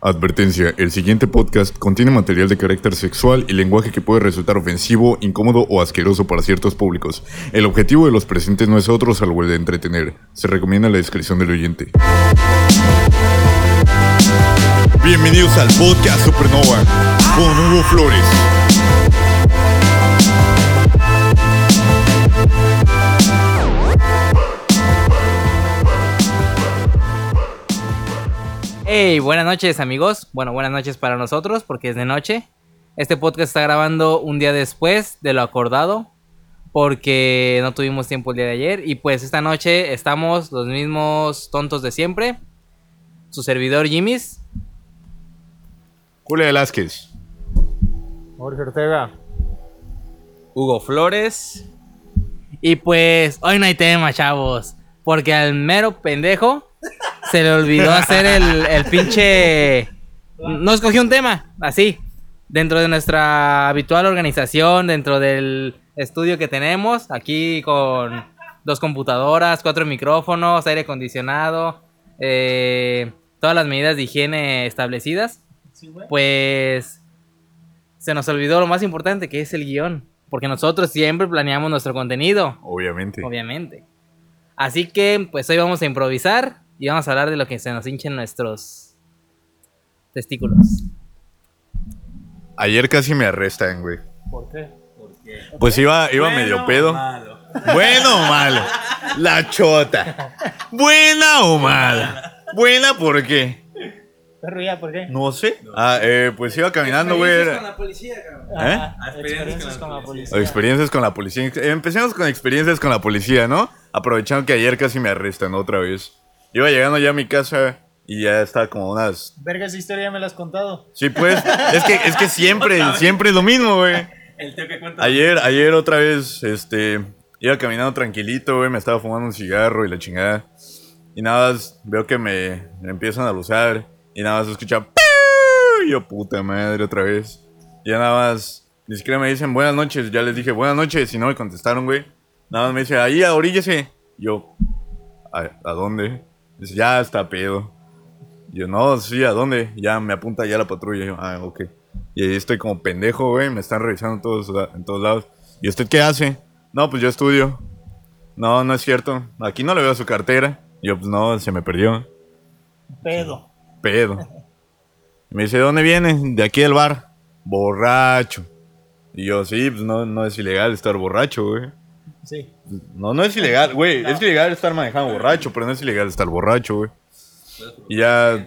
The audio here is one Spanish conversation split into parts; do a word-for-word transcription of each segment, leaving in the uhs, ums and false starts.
Advertencia, el siguiente podcast contiene material de carácter sexual y lenguaje que puede resultar ofensivo, incómodo o asqueroso para ciertos públicos. El objetivo de los presentes no es otro salvo el de entretener. Se recomienda la discreción del oyente. Bienvenidos al podcast Supernova con Hugo Flores. Hey, buenas noches amigos, bueno, buenas noches para nosotros porque es de noche. Este podcast está grabando un día después de lo acordado porque no tuvimos tiempo el día de ayer. Y pues esta noche estamos los mismos tontos de siempre. Su servidor Jimmy's, Julio Velázquez, Jorge Ortega, Hugo Flores. Y pues hoy no hay tema, chavos, porque al mero pendejo se le olvidó hacer el, el pinche... No escogió un tema, así. Dentro de nuestra habitual organización, dentro del estudio que tenemos, aquí con dos computadoras, cuatro micrófonos, aire acondicionado, eh, todas las medidas de higiene establecidas, pues se nos olvidó lo más importante, que es el guión. Porque nosotros siempre planeamos nuestro contenido. Obviamente. Obviamente. Así que, pues hoy vamos a improvisar. Y vamos a hablar de lo que se nos hinchen nuestros testículos. Ayer casi me arrestan, güey. ¿Por qué? Pues iba, iba Bueno, medio pedo. Malo. ¿Bueno o malo? La chota. ¿Buena o mala? ¿Buena por qué? Perro, ya, ¿por qué? No sé. Ah, eh, pues iba caminando, güey. Experiencias era- con la policía, cabrón. ¿Eh? Ajá, Ah, experiencias con la policía. Experiencias con la policía. Eh, Empecemos con experiencias con la policía, ¿no? Aprovechando que ayer casi me arrestan otra vez. Iba llegando ya a mi casa y ya estaba como unas... Verga, esa historia ya me la has contado. Sí, pues, es que, es que siempre, siempre es lo mismo, güey. El tío que cuenta. Ayer, ayer otra vez, este, iba caminando tranquilito, güey, me estaba fumando un cigarro y la chingada. Y nada más veo que me, me empiezan a luzar y nada más se escucha... "Piu", y yo, puta madre, otra vez. Y ya nada más, ni siquiera me dicen buenas noches, ya les dije buenas noches y no me contestaron, güey. Nada más me dice, ahí, oríllese. Y yo, ¿a, ¿a dónde? Dice, ya está pedo. Y yo, no, sí, ¿a dónde? Ya me apunta ya la patrulla. Y yo, ah, ok. Y ahí estoy como pendejo, güey. Me están revisando en todos, la- en todos lados. ¿Y usted qué hace? No, pues yo estudio. No, no es cierto. Aquí no le veo su cartera. Y yo, pues no, se me perdió. Pedo. Pedo. Y me dice, ¿de dónde viene? De aquí del bar. Borracho. Y yo, sí, pues no, no es ilegal estar borracho, güey. Sí. No, no es ilegal, güey. Es ilegal estar manejando borracho, pero no es ilegal estar borracho, güey. Y ya,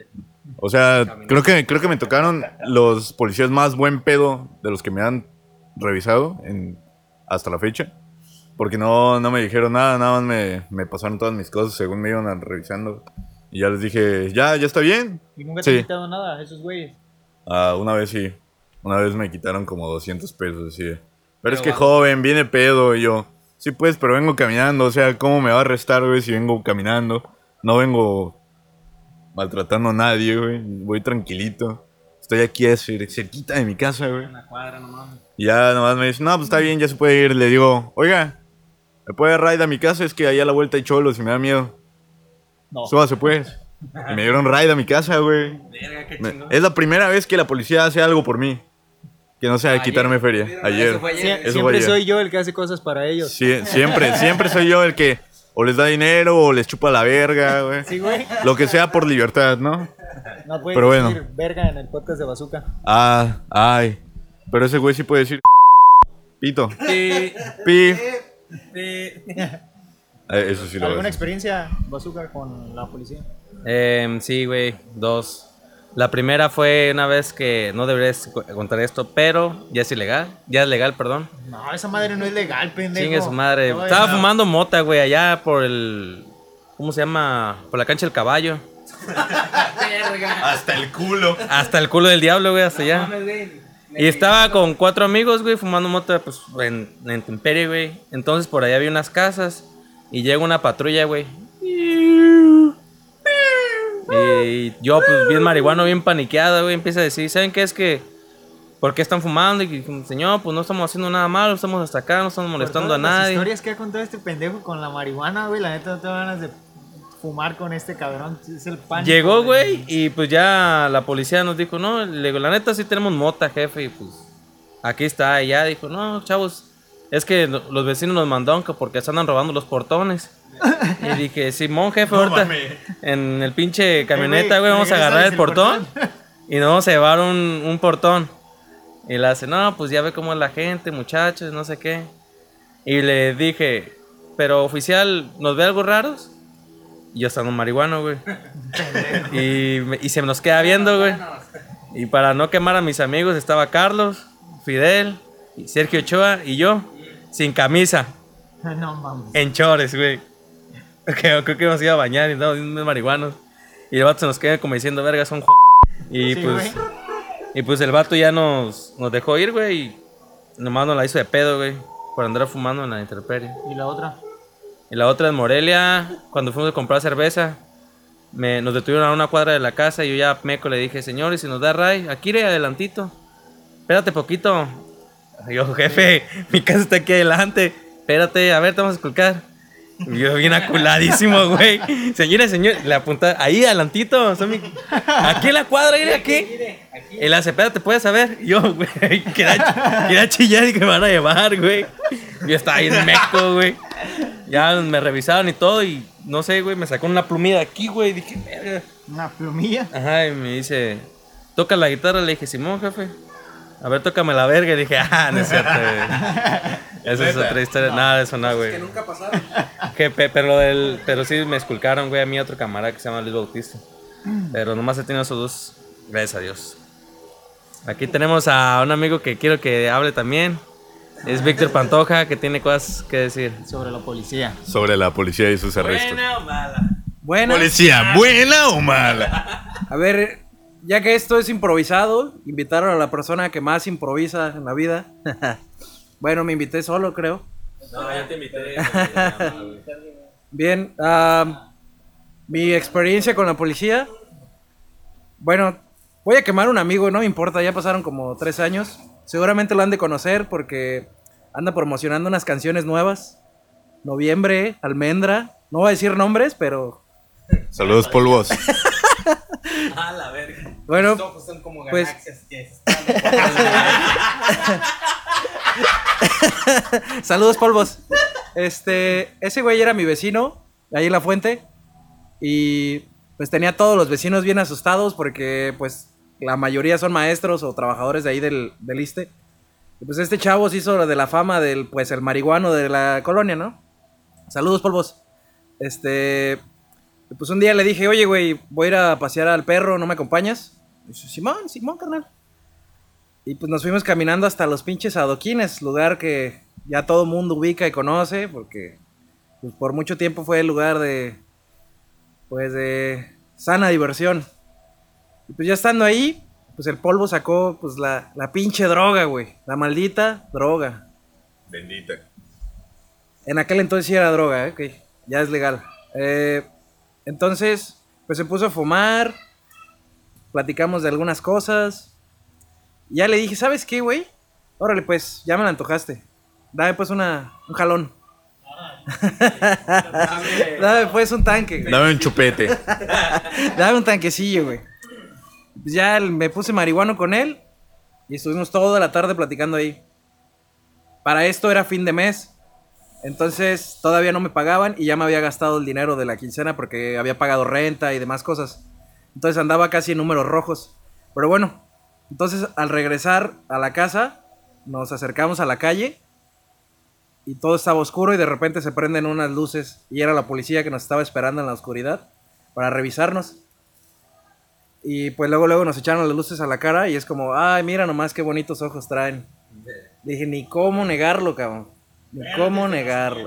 o sea, creo que, creo que me tocaron los policías más buen pedo de los que me han revisado en, hasta la fecha. Porque no, no me dijeron nada, nada más me, me pasaron todas mis cosas según me iban a- revisando. Y ya les dije, ya, ya está bien. ¿Y nunca te Sí. han quitado nada esos güeyes? Ah, una vez sí. Una vez me quitaron como doscientos pesos, así de, Pero es que va- joven, viene pedo. Y yo, sí pues, pero vengo caminando. O sea, ¿cómo me va a arrestar, güey, si vengo caminando? No vengo maltratando a nadie, güey. Voy tranquilito. Estoy aquí cer- cerquita de mi casa, güey. Una cuadra nomás. Y ya nomás me dicen, no, pues está bien, ya se puede ir. Le digo, oiga, ¿me puede dar ride a mi casa? Es que ahí a la vuelta hay cholos y me da miedo. No. Súbase pues. Y me dieron ride a mi casa, güey. Verga, qué Me- chingón. Es la primera vez que la policía hace algo por mí. Que no sea Ayer. quitarme feria. Ayer. Eso fue ayer. Sie- Eso siempre fue ayer. soy yo el que hace cosas para ellos. Sí, siempre, siempre soy yo el que o les da dinero o les chupa la verga, güey. Sí, güey. Lo que sea por libertad, ¿no? No puedes Pero bueno. decir verga en el podcast de Bazooka. Ah, ay. Pero ese güey sí puede decir pito. Sí, Pi. sí. Eh, Eso sí lo ¿Alguna hace. experiencia, Bazooka, con la policía? Eh, sí, güey, dos. La primera fue una vez que no deberías cu- contar esto, pero ya es ilegal. Ya es legal, perdón. No, esa madre no es legal, pendejo. Chingue su madre. No, Estaba no. fumando mota, güey, allá por el... ¿Cómo se llama? Por la cancha del caballo. Hasta el culo. Hasta el culo del diablo, güey, hasta allá. Y estaba con cuatro amigos, güey, fumando mota, pues, en, en Temperie, güey. Entonces, por allá había unas casas. Y llega una patrulla, güey. Y yo, pues, bien marihuano, bien paniqueado, güey, empieza a decir, ¿saben qué es que? ¿Por qué están fumando? Y dijimos, señor, pues no estamos haciendo nada malo, estamos hasta acá, no estamos Por molestando a todas las nadie. historias que ha contado este pendejo con la marihuana, güey, la neta no te van ganas de fumar con este cabrón. Es el pánico. Llegó, güey, y pues ya la policía nos dijo, no, le digo, la neta sí tenemos mota, jefe, y pues aquí está. Y ya dijo, no, chavos, es que lo- los vecinos nos mandaron que porque se andan robando los portones. Y dije, Simón, jefe, ahorita en el pinche camioneta, güey, vamos a agarrar el portón y nos vamos a llevar un, un portón. Y le hace, no, pues ya ve cómo es la gente, muchachos, no sé qué. Y le dije, pero oficial, ¿nos ve algo raros? Y yo estaba en marihuano, güey. y, me- y se nos queda viendo, güey. Y para no quemar a mis amigos estaba Carlos, Fidel, y Sergio Ochoa y yo, sin camisa, No mames. en chores, güey. Creo, creo que hemos ido a bañar y no, unos marihuanos. Y el vato se nos queda como diciendo, verga, son j-". Y Sí, pues... güey. Y pues el vato ya nos, nos dejó ir, güey. Y nomás nos la hizo de pedo, güey. Por andar fumando en la intemperie. ¿Y la otra? Y la otra en Morelia, cuando fuimos a comprar cerveza, me, nos detuvieron a una cuadra de la casa y yo ya a meco le dije, señor, y si nos da ray, aquí iré adelantito. Espérate poquito. Y yo, jefe, mi casa está aquí adelante. Espérate, a ver, te vamos a esculcar. Y yo bien aculadísimo, güey. Señora, señor, le apunta ahí adelantito. son mi- Aquí en la cuadra, ir aquí. Y le hace, espérate, puedes saber. Y yo, güey, quería, quería chillar y que me van a llevar, güey. Yo estaba ahí en meco, güey. Ya me revisaron y todo. Y no sé, güey, me sacó una plumilla de aquí, güey. Y dije, verga. Una plumilla. Ajá, y me dice, toca la guitarra. Le dije, Simón, jefe. A ver, tócame la verga. Y dije, ah, no es cierto, güey. Esa es otra historia. Nada de eso, no, güey. Que nunca pasaron. Que pe- pero, lo del, pero sí me esculcaron, güey, a mí otro camarada que se llama Luis Bautista. Pero nomás he tenido esos dos, gracias a Dios. Aquí tenemos a un amigo que quiero que hable también. Es Víctor Pantoja, que tiene cosas que decir. Sobre la policía. Sobre la policía y sus arrestos. ¿Buena o mala? Buena. ¿Policía buena o mala? A ver, ya que esto es improvisado, invitaron a la persona que más improvisa en la vida. Bueno, me invité solo, creo. No, ya te invité. Bien, ah, mi experiencia con la policía. Bueno, voy a quemar a un amigo, no me importa, ya pasaron como tres años. Seguramente lo han de conocer porque anda promocionando unas canciones nuevas. Noviembre, Almendra. No voy a decir nombres, pero Saludos, polvos. A la verga. bueno, Los ojos son como pues- galaxias que se están- saludos polvos. Este, ese güey era mi vecino, ahí en la fuente. Y pues tenía a todos los vecinos bien asustados porque pues la mayoría son maestros o trabajadores de ahí del, del ISSSTE. Y pues este chavo se hizo de la fama del, pues el marihuano de la colonia, ¿no? Saludos polvos. Este, pues un día le dije, oye güey, voy a ir a pasear al perro, ¿no me acompañas? Y dice, Simón, Simón, carnal. Y pues nos fuimos caminando hasta los pinches adoquines, lugar que ya todo mundo ubica y conoce, porque pues, por mucho tiempo fue el lugar de, pues de sana diversión. Y pues ya estando ahí, pues el polvo sacó pues la, la pinche droga, güey, la maldita droga. Bendita. En aquel entonces sí era droga, ¿eh? Ok, ya es legal. Eh, entonces, pues se puso a fumar, platicamos de algunas cosas. Ya le dije, ¿sabes qué, güey? Órale, pues, ya me la antojaste. Dame pues una, un jalón. Dame pues un tanque, güey. Dame un chupete. Dame un tanquecillo, güey. Pues ya me puse marihuano con él y estuvimos toda la tarde platicando ahí. Para esto era fin de mes. Entonces todavía no me pagaban y ya me había gastado el dinero de la quincena porque había pagado renta y demás cosas. Entonces andaba casi en números rojos. Pero bueno, entonces al regresar a la casa, nos acercamos a la calle y todo estaba oscuro y de repente se prenden unas luces y era la policía que nos estaba esperando en la oscuridad para revisarnos. Y pues luego luego nos echaron las luces a la cara y es como, ay, mira nomás qué bonitos ojos traen. Dije, ni cómo negarlo, cabrón. Ni cómo negarlo.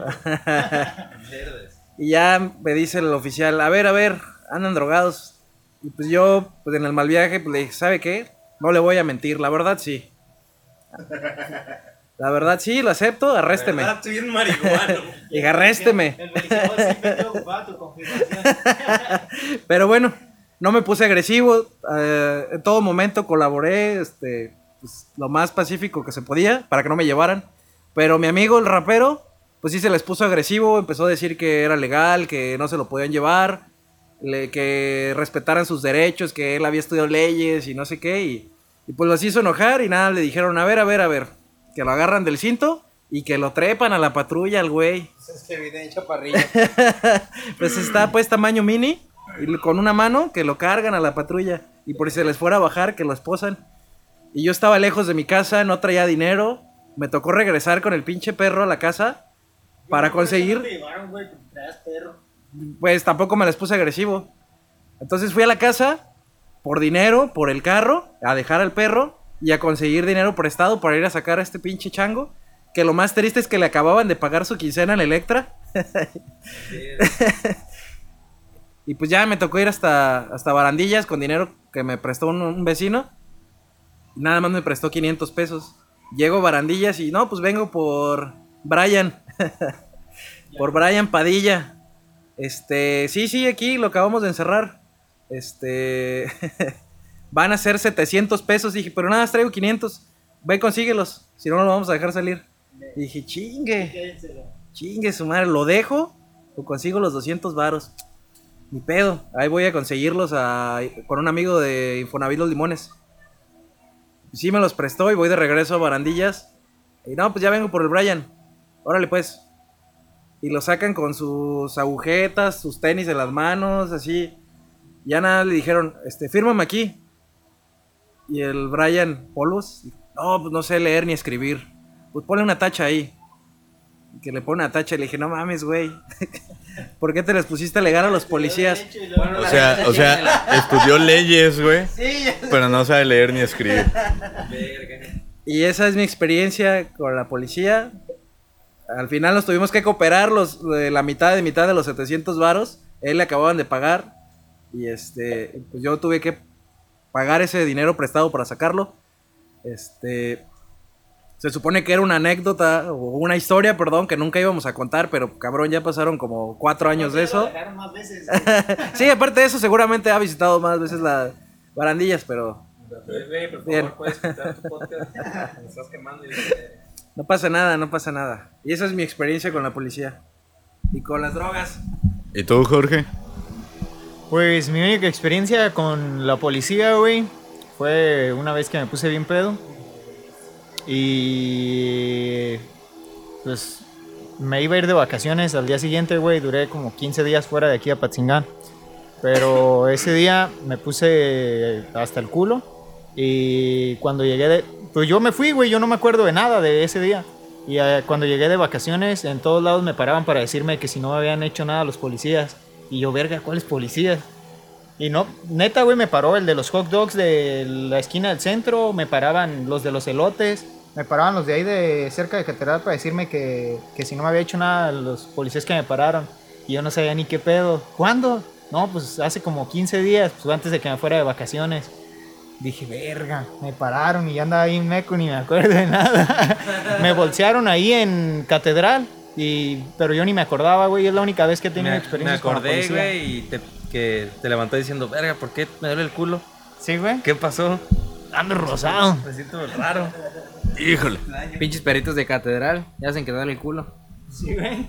Y ya me dice el oficial, a ver, a ver, andan drogados. Y pues yo, pues en el mal viaje, pues le dije, ¿sabe qué? No le voy a mentir, la verdad sí. La verdad sí, lo acepto, arrésteme. ¿Verdad? Estoy bien marihuano. Dije, arrésteme. El policía va a decir, "Vete ocupado tu confirmación". Pero bueno, no me puse agresivo. eh, en todo momento colaboré este, pues, lo más pacífico que se podía para que no me llevaran. Pero mi amigo, el rapero, pues sí se les puso agresivo, empezó a decir que era legal, que no se lo podían llevar, le- que respetaran sus derechos, que él había estudiado leyes y no sé qué, y, y pues los hizo enojar y nada, le dijeron, a ver, a ver, a ver, que lo agarran del cinto y que lo trepan a la patrulla al güey. Es que viene chaparrillo. Pues está pues tamaño mini, y con una mano que lo cargan a la patrulla, y por si se les fuera a bajar, que lo esposan. Y yo estaba lejos de mi casa, no traía dinero, me tocó regresar con el pinche perro a la casa para conseguir... Te llevaron, güey, porque traías perro. Pues tampoco me les puse agresivo. Entonces fui a la casa por dinero, por el carro, a dejar al perro y a conseguir dinero prestado para ir a sacar a este pinche chango. Que lo más triste es que le acababan de pagar su quincena en Electra. Y pues ya me tocó ir hasta, hasta Barandillas con dinero que me prestó un, un vecino. Nada más me prestó quinientos pesos. Llego a Barandillas y no, pues vengo por Brian. Por Brian Padilla. Este, sí, sí, aquí lo acabamos de encerrar. Este, van a ser setecientos pesos. Dije, pero nada, traigo quinientos. Ve y consíguelos. Si no, no lo vamos a dejar salir. Y dije, chingue, Quédenselo. chingue su madre. ¿Lo dejo o consigo los doscientos varos? Ni pedo. Ahí voy a conseguirlos a- con un amigo de Infonavit Los Limones. Sí me los prestó y voy de regreso a Barandillas. Y no, pues ya vengo por el Brian. Órale pues. Y lo sacan con sus agujetas, sus tenis en las manos, así. Ya nada le dijeron, este, fírmame aquí. Y el Brian, polvos, no, pues no sé leer ni escribir. Pues ponle una tacha ahí. Y que le pone una tacha y le dije, no mames, güey. ¿Por qué te les pusiste a alegar a los policías? O sea, o sea, estudió leyes, güey. Sí, ya. Pero no sabe leer ni escribir. Y esa es mi experiencia con la policía. Al final nos tuvimos que cooperar los de la mitad de mitad de los setecientos varos. Él le acababan de pagar. Y este, pues yo tuve que pagar ese dinero prestado para sacarlo. Este, se supone que era una anécdota o una historia, perdón, que nunca íbamos a contar, pero cabrón, ya pasaron como cuatro años de eso. Lo dejaron más veces. Sí, aparte de eso, seguramente ha visitado más veces las Barandillas, pero Güey, por Bien. favor, puedes quitar tu podcast. Me estás quemando. Y... no pasa nada, no pasa nada. Y esa es mi experiencia con la policía. Y con las drogas. ¿Y tú, Jorge? Pues mi única experiencia con la policía, güey, fue una vez que me puse bien pedo. Y pues me iba a ir de vacaciones al día siguiente, güey. Duré como quince días fuera de aquí a Patzingán. Pero ese día me puse hasta el culo. Y cuando llegué de... Pues yo me fui, güey. Yo no me acuerdo de nada de ese día. Y eh, cuando llegué de vacaciones, en todos lados me paraban para decirme que si no habían hecho nada los policías. Y yo, verga, ¿cuáles policías? Y no, neta, güey, me paró el de los hot dogs de la esquina del centro. Me paraban los de los elotes. Me paraban los de ahí de cerca de Catedral para decirme que, que si no me había hecho nada los policías que me pararon. Y yo no sabía ni qué pedo. ¿Cuándo? No, pues hace como quince días, pues antes de que me fuera de vacaciones. Dije, verga, me pararon y ya andaba ahí en meco, ni me acuerdo de nada. Me bolsearon ahí en Catedral, y, pero yo ni me acordaba, güey. Es la única vez que he tenido Me, me experiencias con la acordé, policía. güey, y te, que te levantó diciendo, verga, ¿por qué me duele el culo? Sí, güey. ¿Qué pasó? Ando rosado. Me siento raro. Híjole. Pinches perritos de catedral, ya hacen quedar el culo. Sí, güey.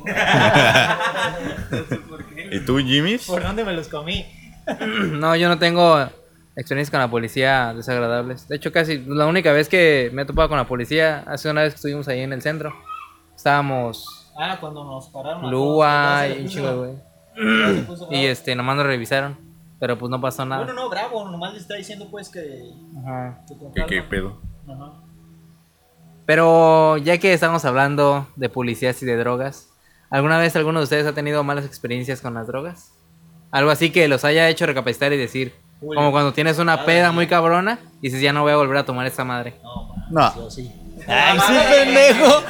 ¿Y tú, Jimmy? ¿Por dónde me los comí? No, yo no tengo experiencias con la policía desagradables. De hecho, casi la única vez que me he topado con la policía, hace una vez que estuvimos ahí en el centro. Estábamos Ah, cuando nos pararon. a Lua todos, y un se chingo, puso- güey. se puso Y bravo. este, nomás nos revisaron. Pero pues no pasó nada. Bueno, no, bravo, nomás le está diciendo pues que, Ajá. que con ¿Qué, qué calma. pedo? Ajá. Pero ya que estamos hablando de policías y de drogas, ¿alguna vez alguno de ustedes ha tenido malas experiencias con las drogas? Algo así que los haya hecho recapacitar y decir, como cuando tienes una peda muy cabrona y dices, ya no voy a volver a tomar esta madre. No, Yo sí. ¡Ay, sí, pendejo!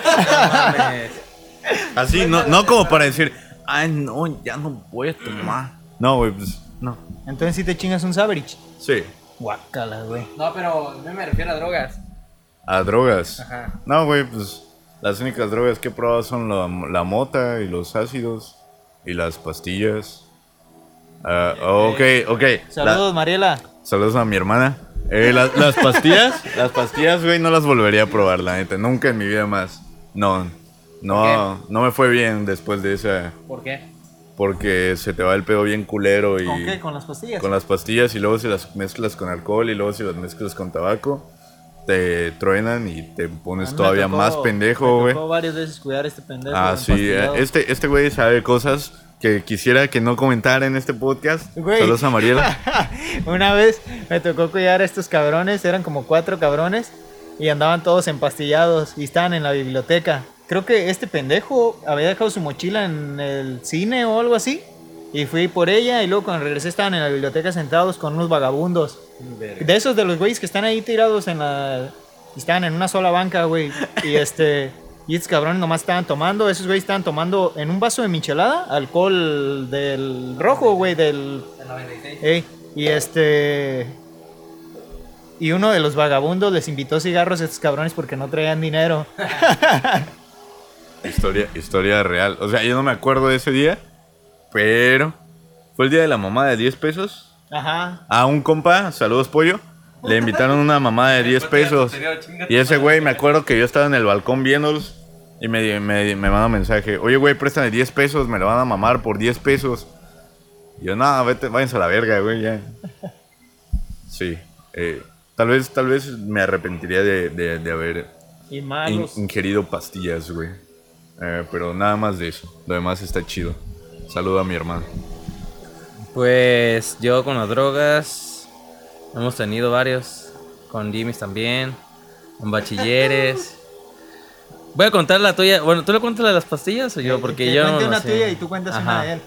así, no, no como para decir, ay, no, ya no voy a tomar. No, güey, pues, no. Entonces sí te chingas un Sabrich. Sí, Guácala, güey. No, pero no me refiero a drogas. a drogas. Ajá. No, güey, pues, las únicas drogas que he probado son la, la mota y los ácidos y las pastillas. Ah, ok, ok. La- Saludos, Mariela. saludos a mi hermana. Eh, las, las pastillas, las pastillas, güey, no las volvería a probar, la neta. Nunca en mi vida más. No. No, no me fue bien después de esa. ¿Por qué? Porque se te va el pedo bien culero y... ¿Con qué? ¿Con las pastillas? Con las pastillas y luego si las mezclas con alcohol y luego si las mezclas con tabaco, te truenan y te pones A mí me todavía tocó- más pendejo, Me güey. tocó varias veces cuidar a este pendejo. Ah, sí, eh, empastillado. este este güey sabe cosas que quisiera que no comentara en este podcast. Güey. Saludos a Mariela. Una vez me tocó cuidar a estos cabrones, eran como cuatro cabrones y andaban todos empastillados y estaban en la biblioteca. Creo que este pendejo había dejado su mochila en el cine o algo así y fui por ella y luego cuando regresé estaban en la biblioteca sentados con unos vagabundos. De esos de los güeyes que están ahí tirados en la... y estaban en una sola banca, güey. Y este... Y estos cabrones nomás estaban tomando, esos güeyes estaban tomando en un vaso de michelada alcohol del rojo, güey, del... Ey, y este... Y uno de los vagabundos les invitó cigarros a estos cabrones porque no traían dinero. Historia, historia real. O sea, yo no me acuerdo de ese día, pero fue el día de la mamá de diez pesos. Ajá. A un compa, saludos pollo, le invitaron una mamá de diez pesos. Y ese güey, me acuerdo que yo estaba en el balcón viéndolos y me, me, me manda un mensaje. Oye, güey, préstame diez pesos, me lo van a mamar por diez pesos. Y yo, no, vete, váyanse a la verga, güey, ya. Sí, eh, tal vez, tal vez me arrepentiría de, de, de haber Y in- malos. ingerido pastillas, güey. Eh, pero nada más de eso, lo demás está chido. Saludo a mi hermano. Pues yo con las drogas hemos tenido varios, con Jimmy's también, con bachilleres. Voy a contar la tuya. Bueno, ¿tú le cuentas la de las pastillas o yo? Porque Que yo cuente no una sé. tuya y tú cuentas una Ajá. de él.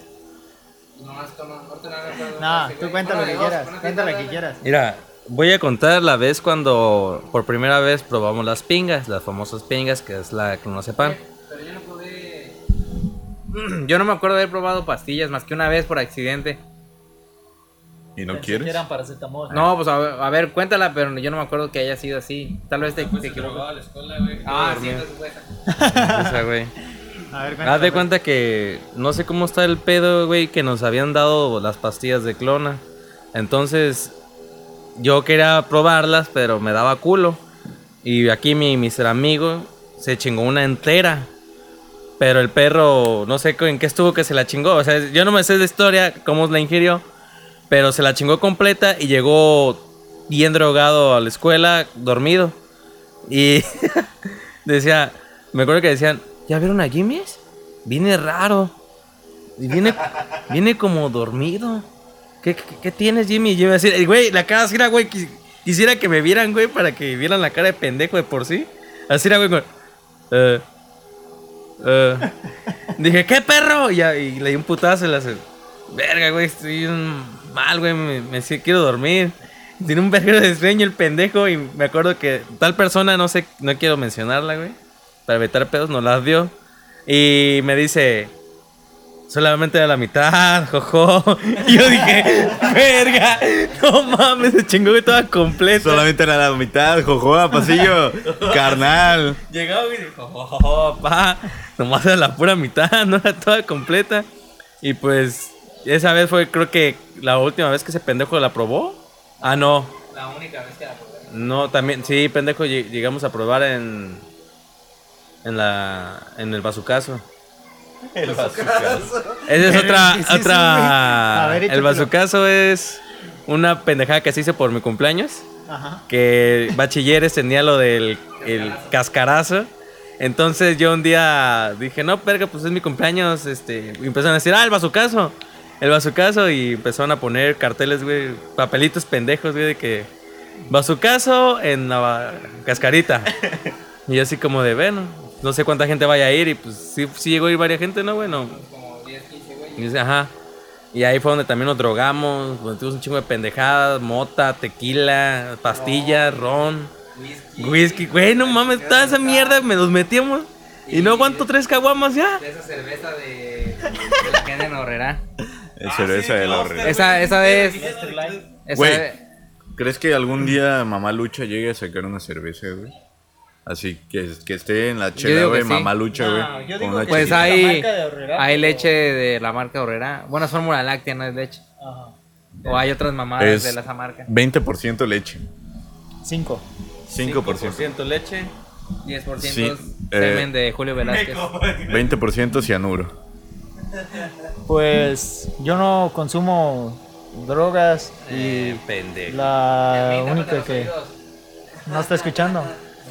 No, tú cuenta lo que quieras. Cuenta la que quieras. Mira, voy a contar la vez cuando por primera vez probamos las pingas, las famosas pingas, que es la clonazepam. Pero yo no pude... Yo no me acuerdo de haber probado pastillas más que una vez por accidente. ¿Y no Pensé quieres? que eran paracetamol. No, pues a ver, a ver, cuéntala, pero yo no me acuerdo que haya sido así. Tal vez te, te equivocas. Ah, sí, entonces fue esa. Esa, güey. A ver, cuéntala. Haz de cuenta que no sé cómo está el pedo, güey, que nos habían dado las pastillas de clona. Entonces, yo quería probarlas, pero me daba culo. Y aquí mi mister amigo se chingó una entera. Pero el perro, no sé en qué estuvo que se la chingó. O sea, yo no me sé de historia cómo la ingirió. Pero se la chingó completa y llegó bien drogado a la escuela, dormido. Y decía, me acuerdo que decían, ¿ya vieron a Jimmy's? Viene raro. Y viene, viene como dormido. ¿Qué, qué, qué tienes, Jimmy? Y yo iba a decir, güey, la cara así era, güey, quis- quisiera que me vieran, güey, para que vieran la cara de pendejo de por sí. Así era, güey, con, eh, eh. Dije, ¿qué perro? Y, ya, y le di un putazo y le hace, verga, güey, estoy mm, mal, güey, me, me sí quiero dormir. Tiene un verga de sueño el pendejo y me acuerdo que tal persona, no sé, no quiero mencionarla, güey, para evitar pedos, nos las dio. Y me dice, solamente a la mitad, jojo. Y yo dije, verga, no mames, se chingó güey, toda completa. Solamente era la mitad, jojoa, pasillo, carnal. Llegaba y dijo, jojo, pa, nomás era la pura mitad, no era toda completa. Y pues, esa vez fue, creo que la última vez que ese pendejo la probó. Ah, no. La única vez que la probé. No, también, sí, pendejo, lleg- llegamos a probar en. En la. En el bazucazo. El bazucazo. Esa es otra. ¿Qué es eso, güey? otra. A ver, el échatelo. bazucazo es una pendejada que se hice por mi cumpleaños. Ajá. Que bachilleres tenía lo del el cascarazo. Entonces yo un día dije, no, verga, pues es mi cumpleaños. Este, y empezaron a decir, ah, el bazucazo. El bazucazo. Y empezaron a poner carteles, güey, papelitos pendejos, güey, de que bazucazo en la ba- cascarita. Y yo así como de, bueno, no sé cuánta gente vaya a ir. Y pues sí, sí llegó a ir varias gente, ¿no? Bueno. Como diez, quince, güey. Y dice, ajá. Y ahí fue donde también nos drogamos, donde tuvimos un chingo de pendejadas, mota, tequila, pastillas, ron, Whisky. whisky. Güey, no mames, toda esa mierda me los metíamos. Y no aguanto tres caguamas ya. De esa cerveza de, de la Kenia Horrera. El cerveza de la horrera. Esa, esa vez. Esa Güey. vez- ¿Crees que algún día Mamá Lucha llegue a sacar una cerveza, güey? Así que, que esté en la Yo chela, digo güey, que sí. Mamá Lucha, güey. No, yo con digo una que Pues chelita. hay- hay, La marca de Horrera, hay pero- leche de la marca Horrera. Bueno, es fórmula láctea, no es leche. Ajá. O hay otras mamadas Es de esa marca. veinte por ciento leche, Cinco. cinco por ciento. leche. diez por Sí, ciento Eh, Semen de Julio Velázquez. veinte por ciento cianuro. Pues yo no consumo drogas y Eh, pendejo. la única que no está escuchando.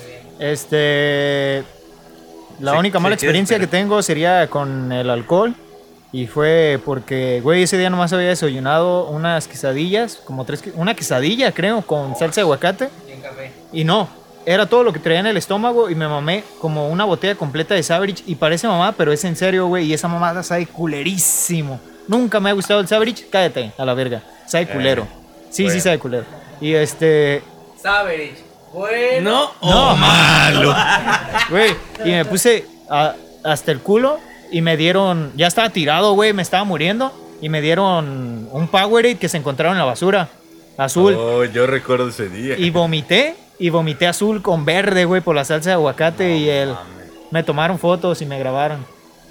Este, la Sí, única sí, mala quieres experiencia que esperar. tengo sería con el alcohol y fue porque, güey, ese día nomás había desayunado unas quesadillas, como tres, que- una quesadilla creo con salsa de aguacate y no, era todo lo que traía en el estómago y me mamé como una botella completa de Sabrich y parece mamá, pero es en serio, güey, y esa mamada sabe culerísimo. Nunca me ha gustado el Sabrich, cállate, a la verga, sabe culero. Sí, sí sabe culero. Y este, Saberich. Bueno. no, malo. Güey, y me puse a- hasta el culo y me dieron, ya estaba tirado, güey, me estaba muriendo y me dieron un Powerade que se encontraron en la basura, azul. Oh, yo recuerdo ese día. Y vomité, y vomité azul con verde, güey, por la salsa de aguacate y el... Me tomaron fotos y me grabaron.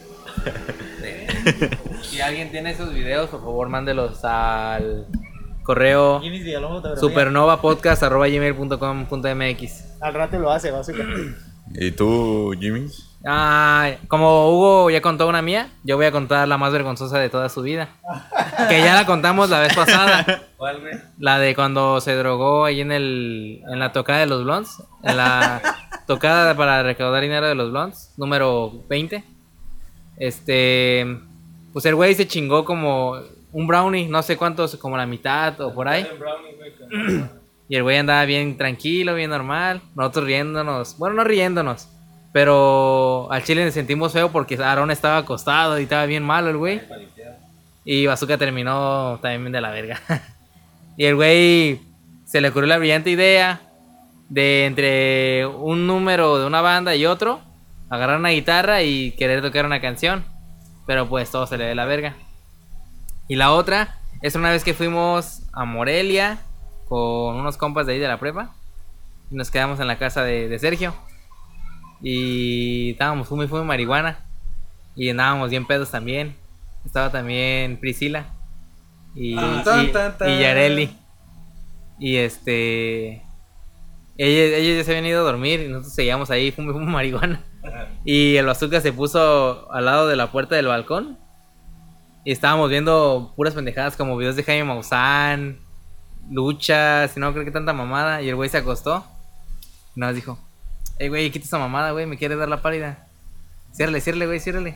Si alguien tiene esos videos, por favor, mándelos al correo supernovapodcast arroba gmail punto com punto m x. Al rato lo hace, va a ser. ¿Y tú, Jimmy? Ah, como Hugo ya contó una mía, yo voy a contar la más vergonzosa de toda su vida. Que ya la contamos la vez pasada. ¿Cuál, güey? La de cuando se drogó ahí en el en la tocada de los Blondes. En la tocada para recaudar dinero de los Blondes, número veinte. Este, pues el güey se chingó como un brownie, no sé cuántos, como la mitad o por ahí. Y el güey andaba bien tranquilo, bien normal. Nosotros riéndonos. Bueno, no riéndonos. Pero al chile nos sentimos feo porque Aarón estaba acostado y estaba bien malo el güey. Y Bazooka terminó también de la verga. Y el güey se le ocurrió la brillante idea de entre un número de una banda y otro, agarrar una guitarra y querer tocar una canción. Pero pues todo se le ve la verga. Y la otra es una vez que fuimos a Morelia con unos compas de ahí de la prepa. Y nos quedamos en la casa de, de Sergio. Y estábamos fume y fume marihuana. Y andábamos bien pedos también. Estaba también Priscila. Y, Tan, tan, y, tan, tan. y Yareli. Y este... Ellos, ellos ya se habían ido a dormir y nosotros seguíamos ahí fume fume marihuana. Y el Bazooka se puso al lado de la puerta del balcón. Y estábamos viendo puras pendejadas como videos de Jaime Maussan, luchas, y no creo que tanta mamada. Y el güey se acostó. Y nos dijo: Ey, güey, quita esa mamada, güey, me quiere dar la pálida. Ciérrale, ciérrale, güey, ciérrale.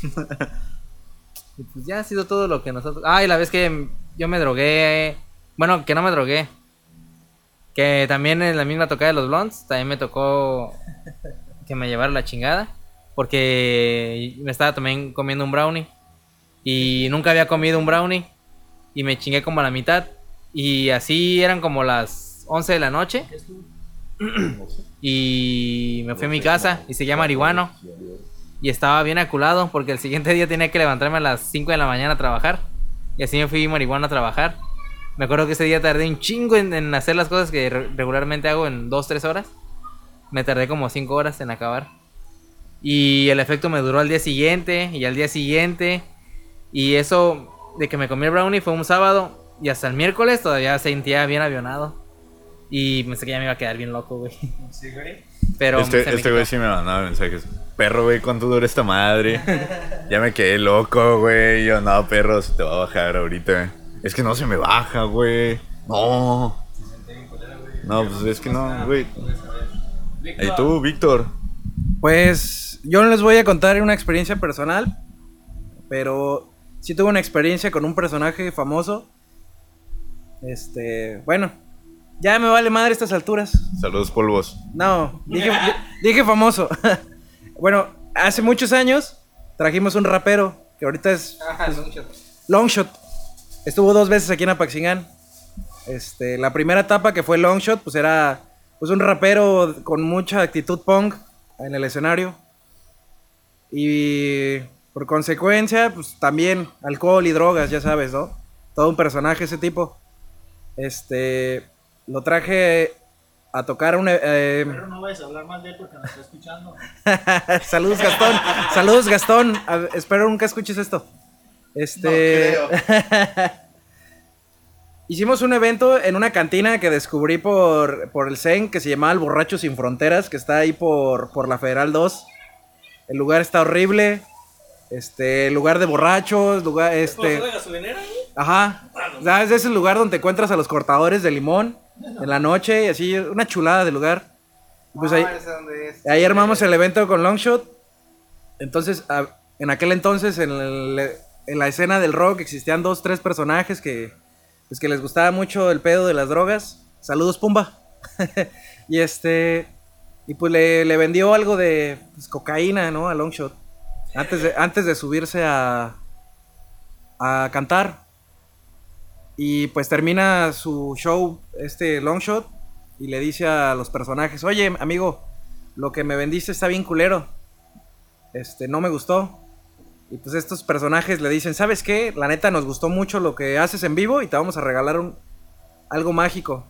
Y pues ya ha sido todo lo que nosotros... Ah, y la vez que yo me drogué... Bueno, que no me drogué. Que también en la misma tocada de los Blondes, también me tocó que me llevaron la chingada. Porque me estaba también comiendo un brownie. Y nunca había comido un brownie. Y me chingué como a la mitad. Y así eran como las once de la noche. Y me fui a mi casa y seguía marihuano. Y estaba bien aculado porque el siguiente día tenía que levantarme a las cinco de la mañana a trabajar. Y así me fui marihuano a trabajar. Me acuerdo que ese día tardé un chingo en, en hacer las cosas que re- regularmente hago en dos tres horas. Me tardé como cinco horas en acabar. Y el efecto me duró al día siguiente y al día siguiente. Y eso de que me comí el brownie fue un sábado. Y hasta el miércoles todavía sentía bien avionado. Y pensé que ya me iba a quedar bien loco, güey. Sí, güey. Pero Este, se me este güey quitó. sí me mandaba mensajes. Perro, güey, ¿cuánto dura esta madre? Ya me quedé loco, güey. Yo, no, perro, se te va a bajar ahorita. Es que no se me baja, güey. No. No, pues es que no, güey. ¿Y tú, Víctor? Pues yo no les voy a contar una experiencia personal, pero sí tuve una experiencia con un personaje famoso. Este, bueno, ya me vale madre estas alturas. Saludos, polvos. No, dije, di- dije famoso. Bueno, hace muchos años trajimos un rapero que ahorita es Longshot. Estuvo dos veces aquí en Apaxingán. Este, la primera etapa que fue Longshot, pues era pues un rapero con mucha actitud punk en el escenario. Y por consecuencia, pues también alcohol y drogas, ya sabes, ¿no? Todo un personaje ese tipo. Este, lo traje a tocar un... eh, Pero no vayas a hablar mal de él porque nos está escuchando. Saludos, Gastón. Saludos, Gastón. A- espero nunca escuches esto. Este. Hicimos un evento en una cantina que descubrí por, por el C E N que se llamaba El Borracho Sin Fronteras, que está ahí por, por la Federal dos. El lugar está horrible. Este, lugar de borrachos, lugar, este... ¿Por la gasolinera? Ajá. ¿Sabes? Es el lugar donde encuentras a los cortadores de limón en la noche y así, una chulada de lugar. Pues ahí, ahí armamos el evento con Longshot. Entonces, a, en aquel entonces, en, el, en la escena del rock existían dos, tres personajes que, pues, que les gustaba mucho el pedo de las drogas. Saludos, Pumba. Y este... Y pues le, le vendió algo de pues, cocaína, ¿no? A Longshot. Antes de, antes de subirse a, a cantar. Y pues termina su show, este Longshot, y le dice a los personajes, oye, amigo, lo que me vendiste está bien culero. Este, no me gustó. Y pues estos personajes le dicen, ¿sabes qué? La neta nos gustó mucho lo que haces en vivo y te vamos a regalar un, algo mágico.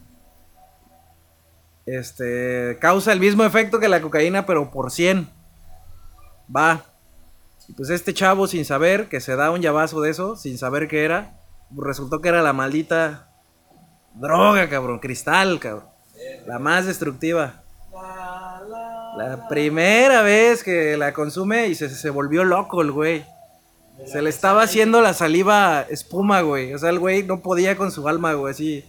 Este, causa el mismo efecto que la cocaína, pero por cien. Va. Y pues este chavo, sin saber, que se da un llavazo de eso, sin saber qué era, resultó que era la maldita droga, cabrón, cristal, cabrón. La más destructiva. La primera vez que la consume y se, se volvió loco el güey. Se le estaba haciendo la saliva espuma, güey. O sea, el güey no podía con su alma, güey, así.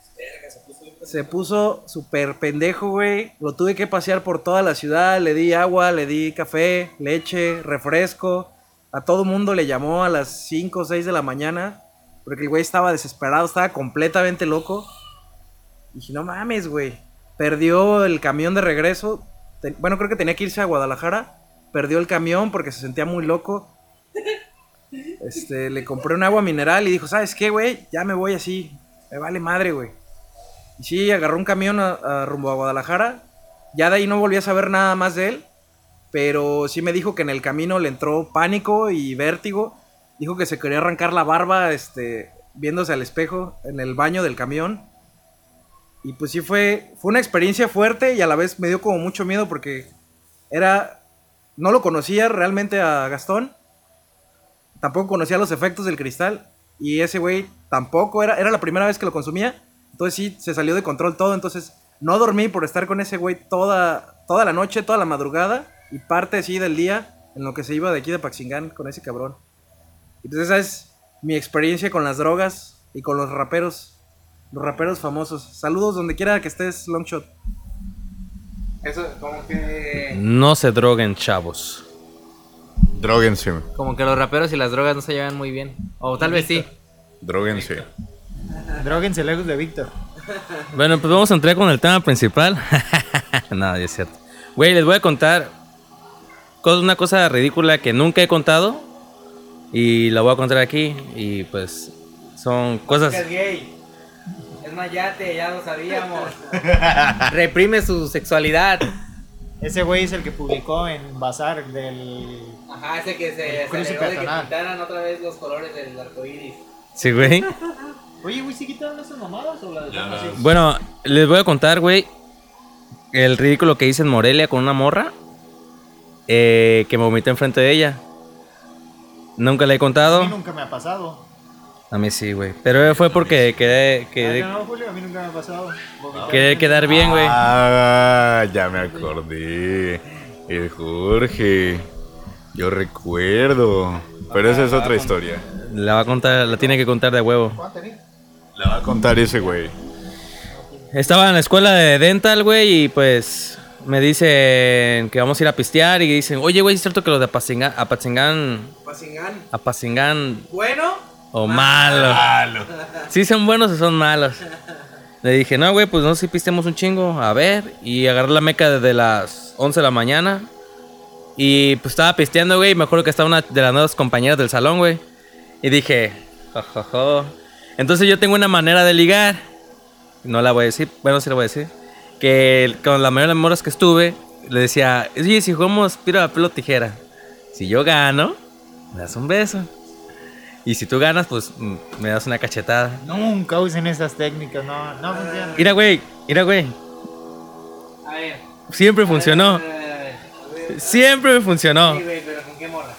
Se puso súper pendejo, güey. Lo tuve que pasear por toda la ciudad. Le di agua, le di café, leche, refresco. A todo mundo le llamó a las cinco o seis de la mañana. Porque el güey estaba desesperado, estaba completamente loco. Y dije, no mames, güey. Perdió el camión de regreso. Ten- bueno, creo que tenía que irse a Guadalajara. Perdió el camión porque se sentía muy loco. Este, le compré un agua mineral y dijo, ¿sabes qué, güey? Ya me voy así. Me vale madre, güey. Y sí, agarró un camión a, a rumbo a Guadalajara. Ya de ahí no volví a saber nada más de él. Pero sí me dijo que en el camino le entró pánico y vértigo. Dijo que se quería arrancar la barba, este, viéndose al espejo en el baño del camión. Y pues sí fue, fue una experiencia fuerte y a la vez me dio como mucho miedo porque era... No lo conocía realmente a Gastón. Tampoco conocía los efectos del cristal. Y ese güey tampoco, era, era la primera vez que lo consumía. Entonces sí, se salió de control todo. Entonces no dormí por estar con ese güey toda, toda la noche, toda la madrugada. Y parte así del día en lo que se iba de aquí de Paxingán con ese cabrón. Entonces esa es mi experiencia con las drogas y con los raperos. Los raperos famosos. Saludos donde quiera que estés, Longshot. Eso, como que. No se droguen, chavos. Dróguense, Como que los raperos y las drogas no se llevan muy bien. O tal vez sí. dróguense. Dróguense lejos de Víctor. Bueno, pues vamos a entrar con el tema principal. No, ya es cierto. Güey, les voy a contar cos- una cosa ridícula que nunca he contado. Y la voy a contar aquí. Y pues son cosas... Es gay. Es mayate, ya lo sabíamos. Reprime su sexualidad. Ese güey es el que publicó en Bazar del... Ajá, ese que se, El se cruce alegó de que peatonal. pintaran otra vez los colores del arco iris. Sí, güey. Oye, güey, ¿sí quitaron esas mamadas o las dejamos así? Bueno, les voy a contar, güey, el ridículo que hice en Morelia con una morra eh, que me vomité enfrente de ella. Nunca le he A contado. mí nunca me ha pasado. A mí sí, güey. Pero fue porque quedé, Ah, quedé, no, Julio, a mí nunca me ha pasado. Vomitar quedé quedar bien, güey. Ah, ya me acordé. El Jorge. Yo recuerdo. Pero esa es otra historia. La va a contar, la tiene que contar de huevo. La va a contar ese güey. Estaba en la escuela de dental, güey, y pues me dicen que vamos a ir a pistear y dicen, oye, güey, ¿es cierto que los de Apatzingán, Apatzingán, Paxingán. Apatzingán Bueno. o malos? ¿Sí son buenos o son malos? Le dije, no, güey, pues no sé si pisteamos un chingo, a ver, y agarré la meca desde las once de la mañana. Y pues estaba pisteando, güey, y me acuerdo que estaba una de las nuevas compañeras del salón, güey. Y dije, jojojo. Entonces yo tengo una manera de ligar. No la voy a decir, bueno, sí la voy a decir. Que con la mayoría de las morras que estuve, le decía, oye, si jugamos piedra, papel o tijera. Si yo gano, me das un beso. Y si tú ganas, pues mm, me das una cachetada. Nunca usen esas técnicas, no, no funciona. Mira, güey, mira, güey. A ver. Siempre a ver, funcionó. a ver, a ver, a ver. Siempre me funcionó. Sí, güey, pero ¿con qué morra?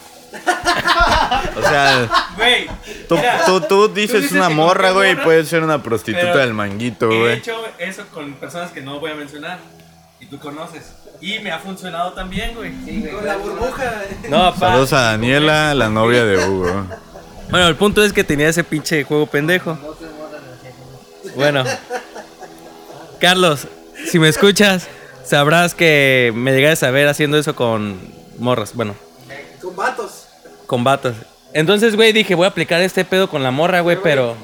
O sea, Güey, tú, mira, tú, tú dices dices una que morra, con qué güey, morra, puede ser una prostituta pero del manguito, he güey. hecho eso con personas que no voy a mencionar. Y tú conoces. Y me ha funcionado también, güey. Con la burbuja. No, pa. Saludos a Daniela, la novia de Hugo. Bueno, el punto es que tenía ese pinche juego pendejo. Bueno. Carlos, si me escuchas, sabrás que me llegué a saber haciendo eso con morras. Bueno, Con vatos. con vatos. Entonces, güey, dije, voy a aplicar este pedo con la morra, güey, pero...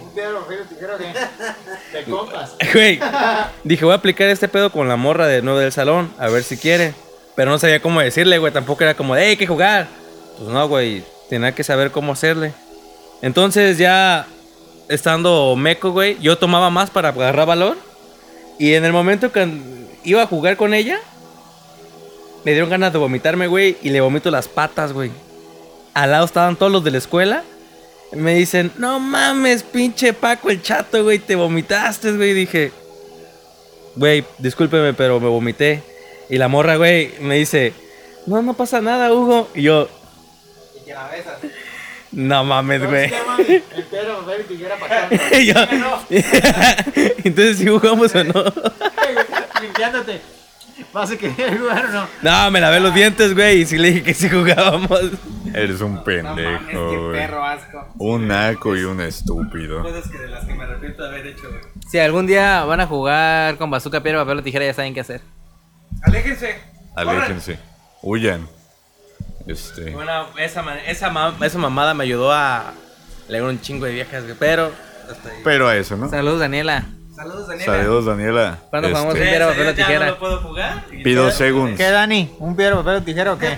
De compas. Güey, dije, voy a aplicar este pedo con la morra de nuevo del salón, a ver si quiere. Pero no sabía cómo decirle, güey, tampoco era como, hey, hay que jugar. Pues no, güey, tenía que saber cómo hacerle. Entonces ya, estando meco, güey, yo tomaba más para agarrar valor. Y en el momento que iba a jugar con ella, me dieron ganas de vomitarme, güey, y le vomito las patas, güey. Al lado estaban todos los de la escuela. Me dicen, no mames, pinche Paco el chato, güey, te vomitaste, güey. Dije, güey, discúlpeme, pero me vomité. Y la morra, güey, me dice, no, no pasa nada, Hugo. Y yo, Y que la besas. no mames, güey. Entero, ver tijera para acá. Y yo, entonces, ¿sí jugamos o no? Limpiándote. ¿Vas a querer jugar o no? No, me lavé los dientes, güey, y sí le dije que sí jugábamos. Eres un pendejo, güey. asco. Un naco y un estúpido. Cosas que de las que me arrepiento de haber hecho, güey. Si algún día van a jugar con bazooka, piedra, papel o tijera, ya saben qué hacer. Aléjense. Aléjense. Huyan. Este. Bueno, esa, ma- esa, ma- esa mamada me ayudó a leer un chingo de viejas, güey, pero hasta ahí. Pero a eso, ¿no? Saludos, Daniela. Saludos, Daniela. Saludos, Daniela. ¿Cuándo jugamos Este, piedra, papel o ya tijera? no lo puedo jugar. Y Pido ya- segundos. ¿Qué, Dani? ¿Un piedra, papel o tijera o qué?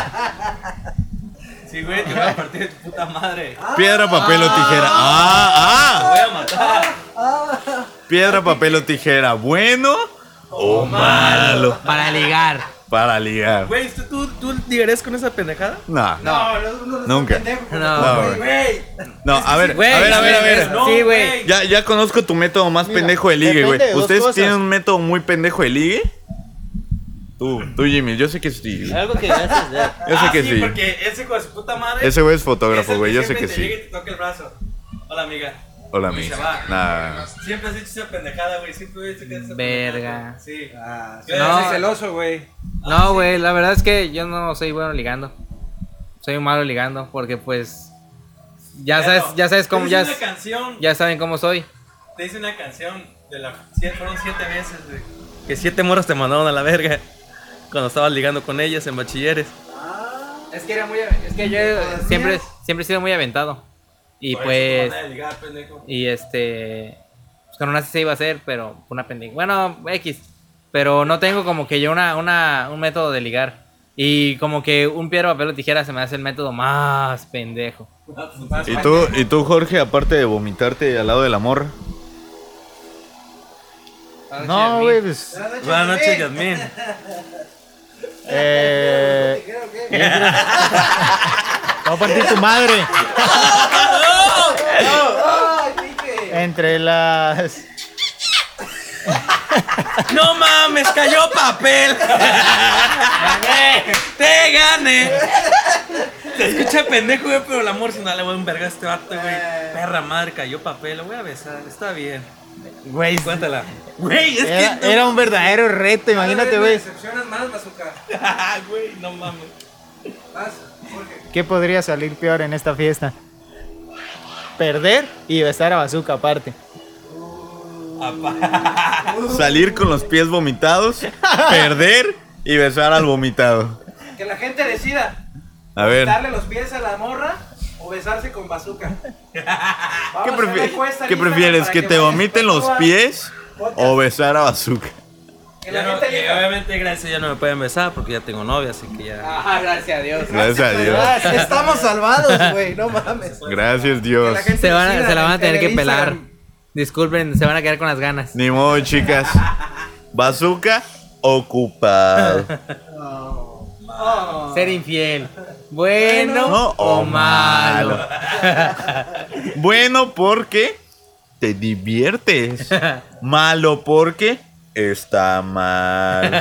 Sí, güey, te voy a partir de tu puta madre. Piedra, papel o tijera. Ah, Te ah. voy a matar. Piedra, papel o tijera. ¿Bueno o malo? Para ligar. Para ligar. Güey, ¿tú, tú, ¿tú ligarías con esa pendejada? No. No, no, no, no, Nunca. pendejo, como No, tú, güey. güey. No, a ver, Güey, a ver, a ver, a ver. No, Sí, güey. Ya, ya conozco tu método más Mira, pendejo de ligue, güey. depende de dos ¿Ustedes cosas. tienen un método muy pendejo de ligue? Tú, tú, Jimmy, yo sé que sí. güey. Algo que ya haces ya. Yo sé Ah, que sí, sí. porque ese hijo de su puta madre. Ese güey es es fotógrafo, el güey. Yo sé siempre que te llega sí. y te toca el brazo. Hola, amiga. Hola, Y amiga. se va. Nah. Siempre has hecho esa pendejada, güey. Siempre has hecho esa Verga. pendejada. Sí. Ah, Yo no. soy celoso, güey. No, güey, la verdad es que yo no soy bueno ligando. Soy un malo ligando porque pues ya sabes, ya sabes cómo Te ya, hice una canción. ya saben cómo soy. Te hice una canción de la. siete- Fueron siete veces, güey. Que siete morras te mandaron a la verga. Cuando estabas ligando con ellas en bachilleres. Es que era muy es que yo siempre siempre he sido muy aventado. Y Por eso pues tu manera de ligar, pendejo. y este pues con una sí se iba a hacer, pero una pendeja. Bueno, X, pero no tengo como que yo una una un método de ligar. Y como que un piedra, papel o tijera se me hace el método más pendejo. ¿Y tú, ¿Y tú, Jorge, aparte de vomitarte al lado de la morra? No, güey, pues. Buenas noches, Yasmín. Eh. Va a partir tu madre. Ay, pique. Entre las. ¡No mames! ¡Cayó papel! ¡Te gané! Se escucha pendejo, güey, pero el amor, si no le voy a un verga a este vato, güey. Perra madre, cayó papel, lo voy a besar, está bien. Güey, Cuéntala. Güey, es era, que. era un verdadero reto, imagínate, Me güey. decepcionas más, bazooka. No... güey, no mames. Vas, Jorge. ¿Qué podría salir peor en esta fiesta? Perder y besar a Bazooka aparte. Salir con los pies vomitados, perder y besar al vomitado. Que la gente decida. A ver, Darle los pies a la morra o besarse con bazooka. ¿qué, Vamos a hacer prefi- una encuesta en ¿qué Instagram prefieres? para ¿Que te vayas vomiten los por pies podcast. o besar a Bazooka? Que Ya la no- gente y elija. obviamente, gracias a ella no me pueden besar porque ya tengo novia, así que ya. Ah, gracias a Dios. Gracias a Dios. Ah, Estamos salvados, güey, no mames. Gracias, Que Dios. la gente Se, van a- decida se la van a en- tener en que el pelar. Instagram. Disculpen, se van a quedar con las ganas. Ni modo, chicas. Bazooka ocupado. Ser infiel. Bueno No, o o malo. Bueno porque te diviertes. Malo porque está mal.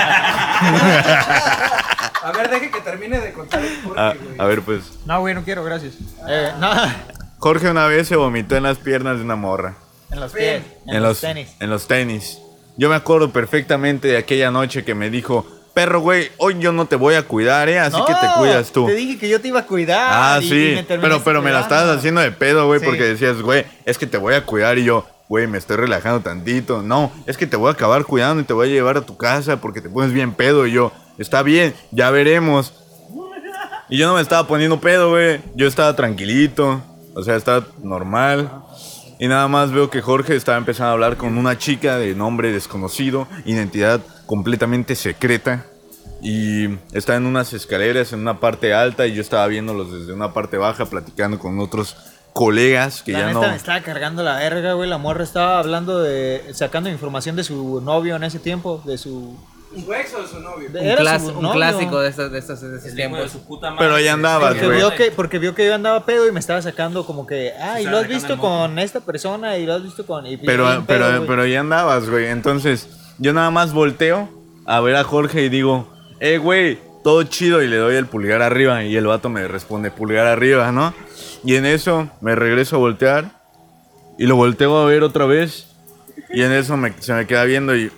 A ver, deje que termine de contar el Jorge, A, güey. a ver, pues. No, güey, no quiero, gracias. Eh, no, Jorge una vez se vomitó en las piernas de una morra. en los pies, en, En los, los tenis. En los tenis. yo me acuerdo perfectamente de aquella noche que me dijo, perro, güey, hoy yo no te voy a cuidar, ¿eh? Así No, que te cuidas tú. Te dije que yo te iba a cuidar. Ah, y- y sí, me terminaste pero, pero me la cuidando. estabas haciendo de pedo, güey, Sí. porque decías, güey, es que te voy a cuidar y yo, güey, me estoy relajando tantito. No, es que te voy a acabar cuidando y te voy a llevar a tu casa porque te pones bien pedo. Y yo, está bien, ya veremos. Y yo no me estaba poniendo pedo, güey. Yo estaba tranquilito, o sea, estaba normal. Y nada más veo que Jorge estaba empezando a hablar con una chica de nombre desconocido, identidad completamente secreta. Y está en unas escaleras en una parte alta y yo estaba viéndolos desde una parte baja platicando con otros colegas que La ya neta no... me estaba cargando la verga, güey. La morra estaba hablando de. Sacando información de su novio en ese tiempo. De su. ¿Su ex o su novio? de- Un, era clas- su un novio. clásico de estos, de estos, de esos El hijo de tiempos. su puta madre. Pero ahí andabas, Porque güey. vio, que, porque vio que yo andaba pedo y me estaba sacando como que, ah, y Se lo has sacando visto el moco. con esta persona y lo has visto con... y- Pero, bien pedo, pero, güey. pero ya andabas, güey. Entonces, yo nada más volteo a ver a Jorge y digo, eh, güey, todo chido. Y le doy el pulgar arriba. Y el vato me responde, pulgar arriba, ¿no? Y en eso me regreso a voltear. Y lo volteo a ver otra vez. Y en eso me- se me queda viendo y...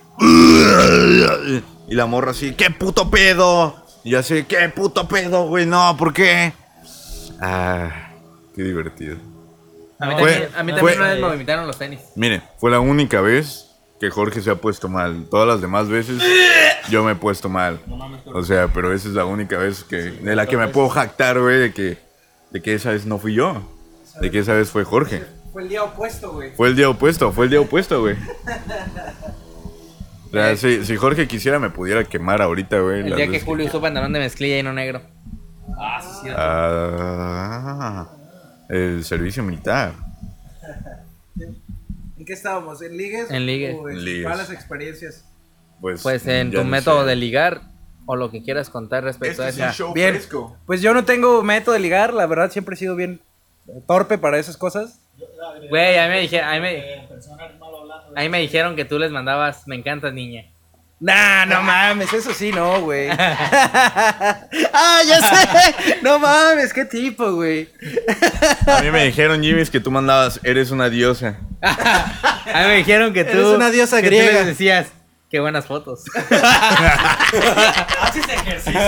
Y la morra así, ¿qué puto pedo? Y yo así, ¿qué puto pedo, güey? No, ¿por qué? Ah, qué divertido. A mí Fue- también, a mí fue- también una vez me vomitaron los tenis. Mire, fue la única vez que Jorge se ha puesto mal. Todas las demás veces yo me he puesto mal. O sea, pero esa es la única vez que de la que me puedo jactar, güey, de que, de que esa vez no fui yo. De que esa vez fue Jorge. Fue el día opuesto, güey. Fue el día opuesto, fue el día opuesto, güey. O sea, si, si Jorge quisiera me pudiera quemar ahorita, güey. El las día que veces Julio usó pantalón de mezclilla y no negro. Ah, sí, sí. Ah, el servicio militar. ¿En qué estábamos? ¿En ligues? En ligues. ¿O en En ligues. malas experiencias? Pues, Pues en ya tu no método sé. de ligar o lo que quieras contar respecto a eso. Bien. Pues yo no tengo método de ligar, la verdad siempre he sido bien torpe para esas cosas. Güey, a mí me dijeron, a mí me, En persona, malo hablando de a mí me dijeron que tú les mandabas, me encantas niña. Nah, no mames, eso sí no, güey. Ah, ya sé. No mames, qué tipo, güey. A mí me dijeron, Jimis, que tú mandabas, eres una diosa. A mí me dijeron que tú... Eres una diosa que tú griega. les decías, qué buenas fotos. Haces ejercicio.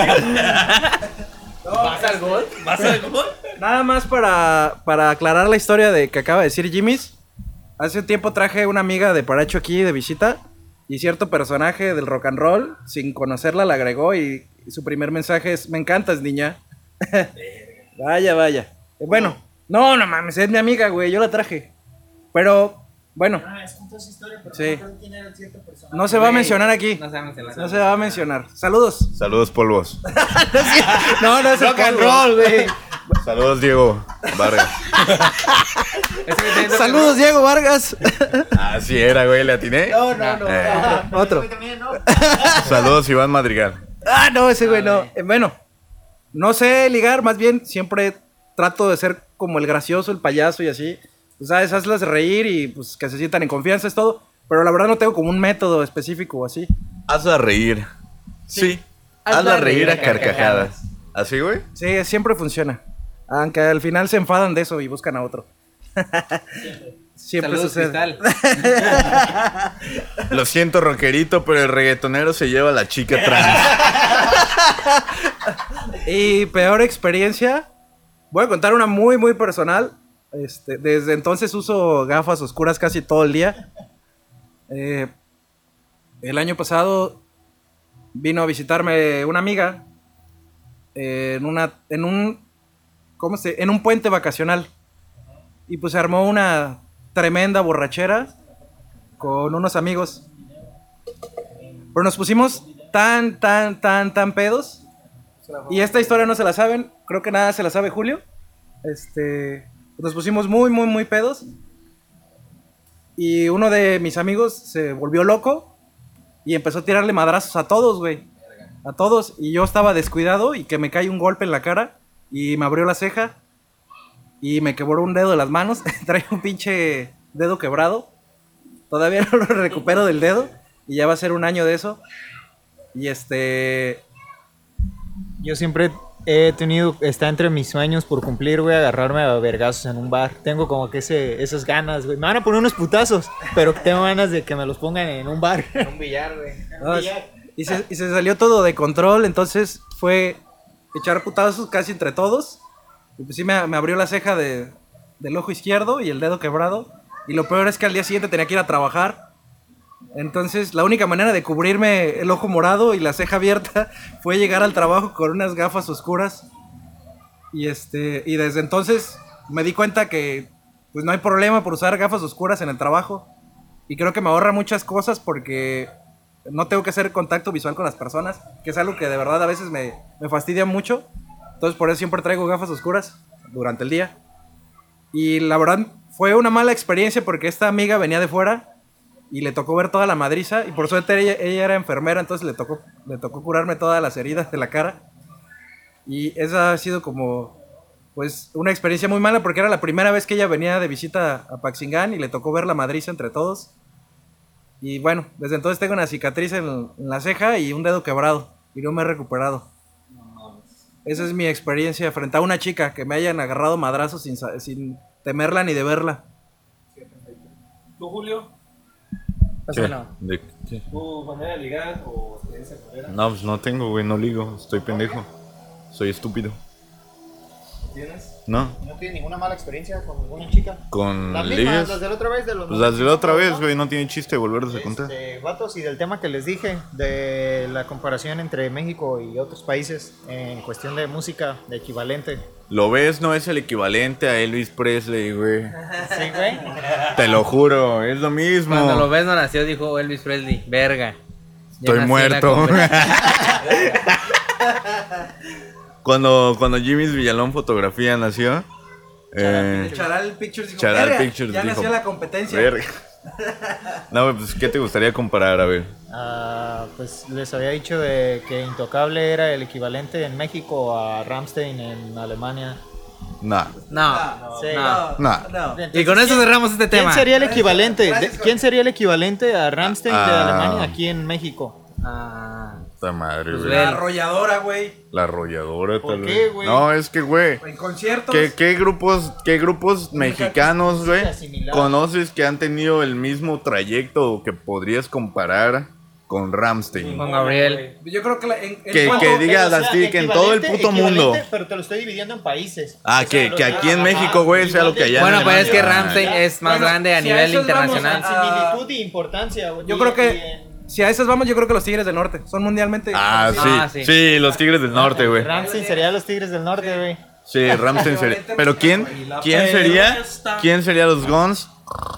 ¿Vas al gol? ¿Vas al gol? Nada más para, para aclarar la historia de que acaba de decir Jimmy's. Hace un tiempo traje una amiga de Paracho aquí de visita y cierto personaje del rock and roll, sin conocerla, la agregó y, y su primer mensaje es, me encantas, niña. Vaya, vaya. Eh, bueno, no, no mames, es mi amiga, güey, yo la traje. Pero, bueno, Ah, es contó esa historia, pero Sí. no recuerdo quién era el cierto personaje. no se va a Güey, mencionar aquí. No sabemos en la No se va a mencionar. Saludos. Saludos, polvos. No, no es el Rock and polvo. roll, güey. Saludos, Diego Vargas. Ese que tiene- Saludos, Diego Vargas. Así era, güey, le atiné. No, no, no. Eh. Otro. Saludos, Iván Madrigal. Ah, no, ese güey no. Eh, bueno, no sé ligar, más bien siempre trato de ser como el gracioso, el payaso y así. Pues, ¿sabes? Hazlas reír y pues que se sientan en confianza, es todo. Pero la verdad no tengo como un método específico o así. Hazla reír. Sí. Hazla reír a carcajadas. ¿Así, güey? Sí, siempre funciona. Aunque al final se enfadan de eso y buscan a otro. Siempre Saludos, sucede. Cristal. Lo siento, rockerito, pero el reggaetonero se lleva a la chica trans. Y peor experiencia, voy a contar una muy, muy personal. Este, desde entonces uso gafas oscuras casi todo el día. Eh, el año pasado vino a visitarme una amiga eh, en una, en un, ¿cómo se? En un puente vacacional. Y pues se armó una tremenda borrachera con unos amigos. Pero nos pusimos tan, tan, tan, tan pedos. Y esta historia no se la saben, creo que nada se la sabe Julio. Este, nos pusimos muy, muy, muy pedos. Y uno de mis amigos se volvió loco y empezó a tirarle madrazos a todos, güey. A todos. Y yo estaba descuidado y que me cae un golpe en la cara y me abrió la ceja y me quebró un dedo de las manos. Trae un pinche dedo quebrado. Todavía no lo recupero del dedo y ya va a ser un año de eso. Y este... Yo siempre he tenido, está entre mis sueños por cumplir, güey, agarrarme a vergazos en un bar. Tengo como que ese, esas ganas, güey. Me van a poner unos putazos, pero tengo ganas de que me los pongan en un bar. Un billar, güey. No, y, se, y se salió todo de control, entonces fue echar putazos casi entre todos. Y pues sí me, me abrió la ceja de, del ojo izquierdo y el dedo quebrado. Y lo peor es que al día siguiente tenía que ir a trabajar. Entonces la única manera de cubrirme el ojo morado y la ceja abierta fue llegar al trabajo con unas gafas oscuras. Y este y desde entonces me di cuenta que pues no hay problema por usar gafas oscuras en el trabajo. Y creo que me ahorra muchas cosas porque no tengo que hacer contacto visual con las personas, que es algo que de verdad a veces me, me fastidia mucho. Entonces por eso siempre traigo gafas oscuras durante el día. Y la verdad fue una mala experiencia porque esta amiga venía de fuera y le tocó ver toda la madriza. Y por suerte ella, ella era enfermera, entonces le tocó, le tocó curarme todas las heridas de la cara. Y esa ha sido como pues una experiencia muy mala porque era la primera vez que ella venía de visita a Paxingán y le tocó ver la madriza entre todos. Y bueno, desde entonces tengo una cicatriz en, en la ceja y un dedo quebrado y no me he recuperado. Esa es mi experiencia frente a una chica, que me hayan agarrado madrazos sin, sa- sin temerla ni de verla. ¿Tú, Julio? ¿Qué? Pásalo. ¿De qué? ¿Tu manera de ligar o experiencia culera? No, pues no tengo, güey, no ligo. Estoy pendejo. Soy estúpido. ¿Tienes? No, ¿No tiene ninguna mala experiencia con ninguna chica? con Las mismas, ligas. las de la otra vez. De los Pues las de la otra vez, ¿no? güey, no tiene chiste volverlos a contar. Este, vatos, y del tema que les dije, de la comparación entre México y otros países en cuestión de música, de equivalente. Lo ves, no es el equivalente a Elvis Presley, güey. Sí, güey. Te lo juro, es lo mismo. Cuando lo ves no nació, dijo Elvis Presley. Verga. Ya Estoy nací muerto. la competencia. Cuando, cuando Jimmy Villalón Fotografía nació, eh, Charal Pictures dijo, Charal "Verga, Pictures ya dijo, nació la competencia". verga. No, güey, pues, ¿qué te gustaría comparar? A ver. Ah, pues les había dicho de que Intocable era el equivalente en México a Rammstein en Alemania. Nah, No. Sí. No. nah. No. Y con eso cerramos este ¿Quién tema. sería el equivalente? Gracias, de- ¿Quién sería el equivalente a Rammstein de Ah. Alemania aquí en México? Ah, Esta madre, Pues güey. ve. La arrolladora, güey. La arrolladora, ¿Por tal qué, vez. güey? No, es que, güey. En conciertos. ¿Qué, qué grupos, qué grupos mexicanos, güey, similar. conoces que han tenido el mismo trayecto que podrías comparar con Rammstein? Con Gabriel. Yo creo que la- en, en Que- cuanto- que diga- Pero, o sea, así que en todo el equivalente- puto mundo. equivalente, Pero te lo estoy dividiendo en países. Ah, O sea, que, lo- que aquí en ajá, México, güey, sea lo que allá en Bueno, pues es que Alemania. Rammstein es más Bueno, grande a si a nivel esos vamos, internacional. a- Similitud y importancia. güey. Yo Y- creo y que en- si a esas vamos, yo creo que los Tigres del Norte son mundialmente. Ah, sí, Ah, sí, sí. los Tigres del Norte, güey. Rammstein sería los Tigres del Norte, güey. Sí, Rammstein sería. Pero ¿quién? ¿Quién sería? ¿Quién sería los Guns?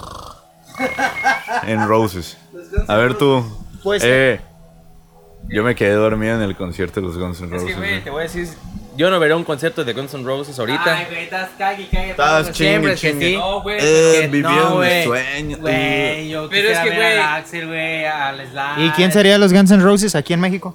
En Roses. A ver tú. Pues Eh, yo me quedé dormido en el concierto de los Guns N' Es Roses. que, güey, güey. te voy a decir, yo no veré un concierto de Guns N' Roses ahorita. Ay, güey, estás cague, cague. Estás todo, siempre chingue, es que chingue. sí. No, güey. Eh, Que viviendo no, mi güey. sueño. Güey, yo Pero quisiera es que, ver güey. al Axel, güey, al Slash. ¿Y quién sería los Guns N' Roses aquí en México?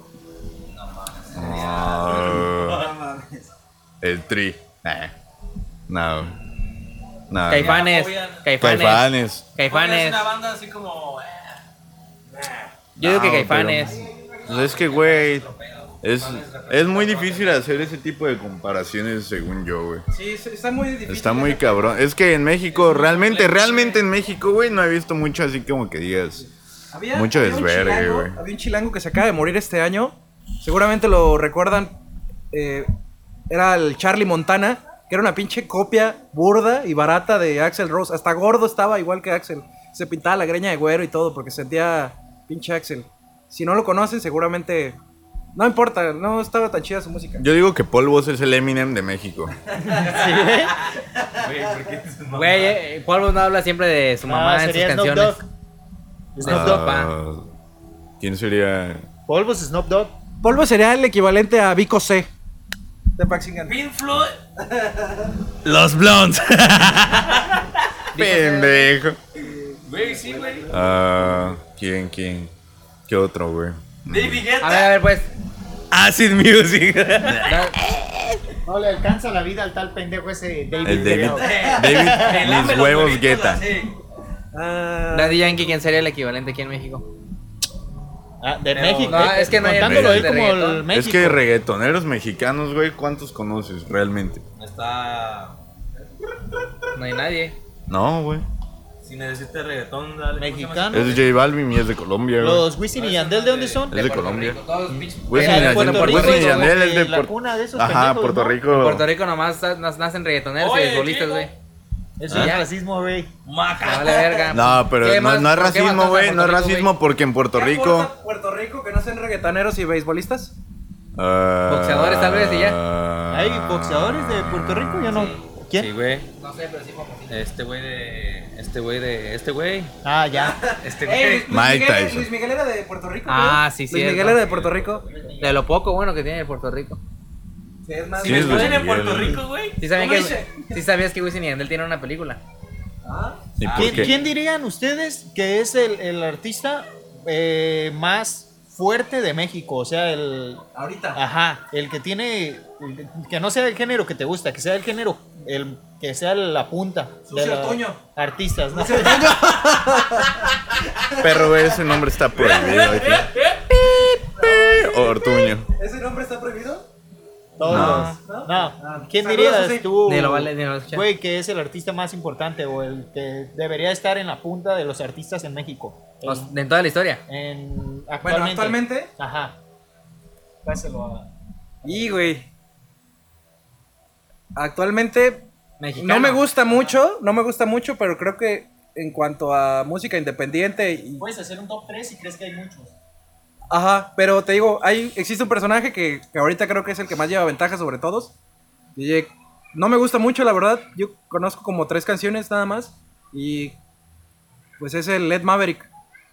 Ah, el Tri. Eh, No. No. Caifanes, Caifanes, Caifanes. Caifanes. Es una banda así como. Yo digo que No, Caifanes. Pues es que, güey, es, es muy difícil hacer ese tipo de comparaciones, según yo, güey. Sí, sí, está muy difícil. Está muy cabrón. Es que en México, realmente, realmente en México, güey, no he visto mucho así como que digas. Había- Mucho había un desvergue, chilango- güey. Había un chilango que se acaba de morir este año. Seguramente lo recuerdan. eh, era el Charlie Montana, que era una pinche copia burda y barata de Axl Rose. Hasta gordo estaba igual que Axl. Se pintaba la greña de güero y todo porque sentía pinche Axl. Si no lo conocen, seguramente. No importa, no estaba tan chida su música. Yo digo que Polvos es el Eminem de México. Güey, eh, Polvo no habla siempre de su mamá Ah, en sus sería Snoop canciones. Dogg. Snoop Dogg. Ah, ¿Quién sería? Polvos, Snoop Dogg. Polvo sería el equivalente a Vico C. De Paxingan. Pink Floyd. Los Blondes. Pendejo. Güey, sí, güey. Ah, ¿quién, quién? ¿Qué otro, güey? David Guetta. A ver, a ver, pues. Acid Music. No le alcanza la vida al tal pendejo ese David. El David. Guetta. David, Lame mis los huevos huevitos Guetta. así. Ah, Daddy Yankee, ¿quién sería el equivalente aquí en México? Ah, de Pero- México. No, es que no hay contándolo él de como reggaetón. el México. Es que reggaetoneros mexicanos, güey, ¿cuántos conoces realmente? Está. No hay nadie. No, güey. Si necesitas reggaetón, dale. Mexicano. Es de J Balvin y es de Colombia, güey. Los Wisin y Yandel, ¿de dónde son? Es de Colombia. Todos los pinches- Wisin Eh, y de Yandel, Puerto Rico, Wisin y güey, Yandel es de la Puerto cuna de esos Ajá, pendejos, Puerto ¿no? Rico. En Puerto Rico nomás nas- nacen reggaetoneros y Oye, futbolistas, chico. güey. Eso es racismo, güey. Me Maca. vale verga. No, pero ¿Qué no, más- no es por qué más racismo, pasa güey. en No es Puerto Rico, racismo porque en Puerto ¿Qué Rico. aporta Puerto Rico que no sean reggaetoneros y beisbolistas? ah, Boxeadores, tal vez, y ya. ¿Hay boxeadores de Puerto Rico? Yo no. ¿Quién? Sí, güey. No sé, pero sí famosito. Este güey de. Este güey de. Este güey. Ah, ya. Este Ey, güey. Luis, Luis Mike Miguel, Tyson. Luis Miguel era de Puerto Rico. Ah, güey. sí, Luis cierto. Miguel era de Puerto Rico. De lo poco bueno que tiene Puerto Rico. Sí, es más. Si Sí, me es Luis ponen en Miguel. Puerto Rico, güey. ¿Sí, sabían ¿Cómo que, dice? ¿Sí sabías que Wisin y Yandel tiene una película? Ah, ¿Y por ¿Quién, qué? quién dirían ustedes que es el, el artista eh, más fuerte de México? O sea, el. ahorita. Ajá, el que tiene. el- que no sea el género que te gusta, que sea el género. El, que sea la punta. Sucio los Toño. artistas, ¿no? Perro, güey, ese nombre está prohibido aquí. Ortuño. ¿Ese nombre está prohibido? Todos. No. No. Ah, ¿Quién saludos, dirías Susi. tú? Ni lo vale, ni lo escucha. Güey, que es el artista más importante o el que debería estar en la punta de los artistas en México. En, O sea, En toda la historia. en- actualmente. Bueno, actualmente. Ajá. Páselo a. Y, güey. Actualmente. Mexicano. No me gusta mucho, no me gusta mucho, pero creo que en cuanto a música independiente y... Puedes hacer un top tres si crees que hay muchos. Ajá, pero te digo, hay, existe un personaje que, que ahorita creo que es el que más lleva ventaja sobre todos. Y no me gusta mucho, la verdad. Yo conozco como tres canciones nada más. Y pues es el Ed Maverick.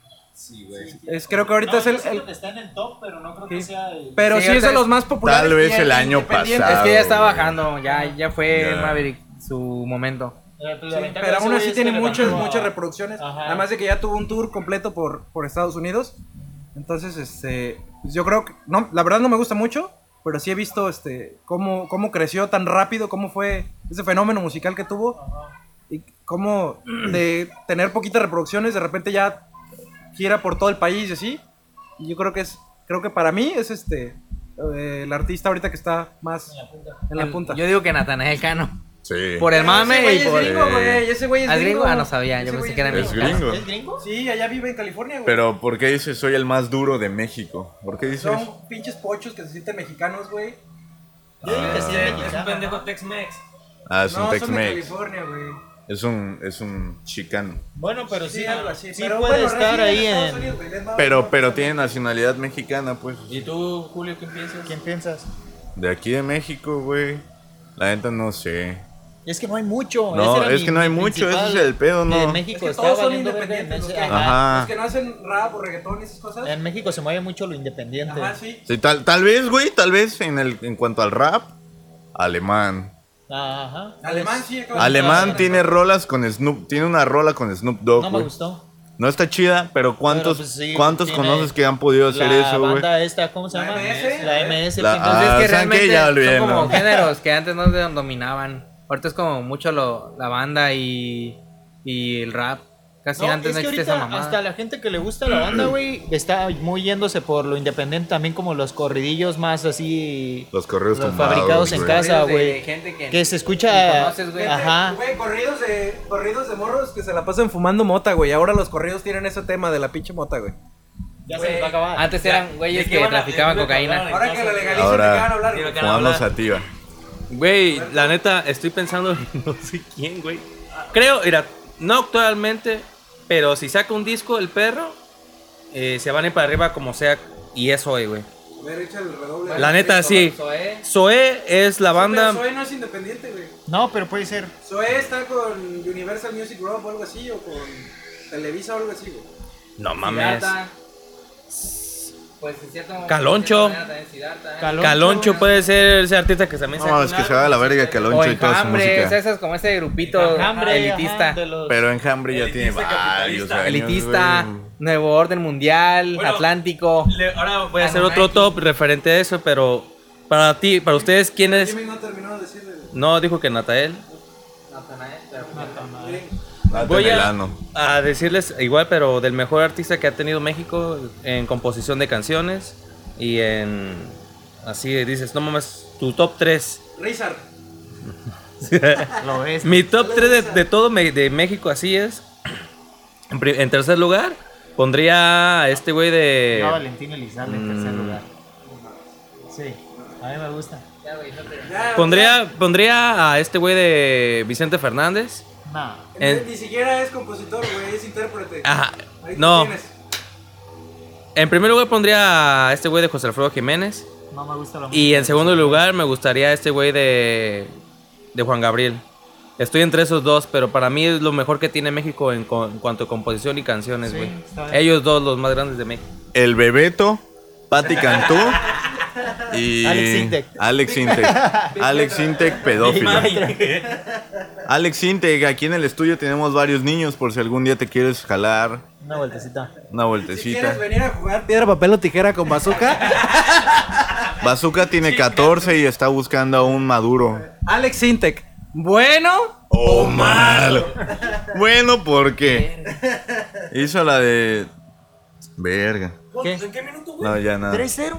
Sí, güey. Es, creo que ahorita es el... el- está en el top, pero no creo Sí. que sea el. pero Sí, sí, es ahorita de los es- más populares. Tal vez y el año independiente. pasado. Es que ya está bajando, ya, ya fue Ya. Maverick su momento. La- la Sí, ventaja de pero ese aún güey así es tiene que muchas, levantó a- muchas reproducciones. Ajá. Además de que ya tuvo un tour completo por, por Estados Unidos. Entonces, este, pues yo creo que, no, la verdad no me gusta mucho, pero sí he visto, este, cómo, cómo creció tan rápido, cómo fue ese fenómeno musical que tuvo y cómo de tener poquitas reproducciones de repente ya gira por todo el país y así. Y yo creo que es, creo que para mí es este, eh, el artista ahorita que está más en la El- punta. Yo digo que Natanael Cano. Sí. Por el Ese mame güey y es por. gringo, güey, ese güey es ¿Ah, gringo. gringo? Ah, no sabía, yo Ese pensé güey que era Es mexicano. gringo. ¿Es gringo? Sí, allá vive en California, güey. Pero, ¿por qué dice soy el más duro de México? ¿Por qué dice eso? Son pinches pochos que se sienten mexicanos, güey. Yo digo que sí es Es un mexicano. pendejo Tex-Mex. Ah, es un No, son de Tex-Mex. California, güey. Es un, es un chicano. Bueno, pero sí, Sí, algo así. sí pero puede bueno, estar reside ahí Estados en. Unidos, güey, les va- Pero, pero tiene nacionalidad mexicana, pues. ¿Y tú, Julio, qué piensas? ¿Quién piensas? De aquí de México, güey. La neta no sé. Es que no hay mucho. No, ese era es mi- que no hay mi mucho, ese principal- es el pedo, ¿no? En Es México que está todos son valiendo verga independientes. en Los ese- que, Ajá. los que no hacen rap o reggaetón y esas cosas. En México se mueve mucho lo independiente. Ajá, sí. Sí, tal, tal vez, güey, tal vez en, el, en cuanto al rap, alemán. Ajá. Alemán sí. acaba de- Alemán Ah, tiene rolas con Snoop, tiene una rola con Snoop Dogg, No me güey. gustó. No está chida, pero ¿cuántos, Pero, pues, sí, ¿cuántos tiene conoces que han podido hacer la eso, güey? banda esta, ¿cómo se La llama? M S. La M S. La- pendejo. Entonces Ah, es que ¿saben qué? realmente Ya olvidé, son como ¿no? géneros que antes no se dominaban. Ahorita es como mucho lo, la banda y, y el rap. Casi No, antes es no que existía esa ahorita mamada. hasta la gente que le gusta la banda, güey, está muy yéndose por lo independiente, también como los corridillos más así Los correos los tumbados, fabricados en güey. casa, Corridos de güey. gente que, Que se ni escucha conoces, güey. Gente, Ajá. Güey, corridos de, corridos de morros que se la pasan fumando mota, güey. Ahora los corridos tienen ese tema de la pinche mota, güey. Ya se les va a acabar. Antes eran güeyes ¿de qué que van a- traficaban de qué van a cocaína. hablar? Ahora que la legalicen, Ahora- ¿de qué van a hablar, güey? Digo, Fumando sativa. Güey, la neta, estoy pensando en no sé quién, güey. Creo, mira, no actualmente, pero si saca un disco el perro, eh, se van a ir para arriba como sea, y es hoy, güey. A ver, echa el redoble. La neta, sí. Zoé. Zoé es la banda. Pero Zoe no es independiente, güey. No, pero puede ser. Zoe está con Universal Music Group o algo así, o con Televisa o algo así, güey. No mames. Siddhartha. Pues en cierto Caloncho. en cierta manera también Siddhartha, ¿eh? Caloncho. Caloncho puede ser ese artista que también No, es que se va a la verga O Caloncho y toda su Enjambre, música. esas como ese grupito Enjambre, elitista. ajá, de los- Pero Enjambre ya tiene Elitista, varios capitalista. años, Elitista, güey. Nuevo Orden Mundial, Bueno, Atlántico. Le- ahora voy a hacer Anunnaki. otro top referente a eso, pero para ti, para ustedes, ¿quién es? Jimmy no terminó de decirle, güey. No, dijo que Natael. Natanael, pero- Miren, Date Voy en el a, ano. a decirles igual, pero del mejor artista que ha tenido México en composición de canciones y en... Así dices, no mames, tu top tres. Rizard. Lo es. Mi top tres de, de todo me- de México así es. En, pri- en tercer lugar, pondría a este güey de... Yo a Valentín Elizalde en tercer Mm. lugar. Sí, a mí me gusta. Pondría, pondría a este güey de Vicente Fernández. No. En- Ni siquiera es compositor, güey, es intérprete. Ajá, Ahí tú no. tienes. En primer lugar pondría a este güey de José Alfredo Jiménez. No me gusta la Y en segundo lugar me gustaría este güey de, de Juan Gabriel. Estoy entre esos dos, pero para mí es lo mejor que tiene México en, co- en cuanto a composición y canciones, Sí, güey. está bien. Ellos dos, los más grandes de México. El Bebeto, Patti Cantú y... Alex Intec. Alex Intec. Alex Intec, pedófilo. Alex Intec, aquí en el estudio tenemos varios niños por si algún día te quieres jalar Una vueltecita. una Si vueltecita. quieres venir a jugar piedra, papel o tijera con bazooka, Bazooka tiene catorce y está buscando a un maduro. Alex Intec. Bueno, ¡Oh, malo! Bueno, ¿por qué? Hizo la de... Verga. ¿Qué? ¿En qué minuto, güey? No, ya nada. ¿tres cero?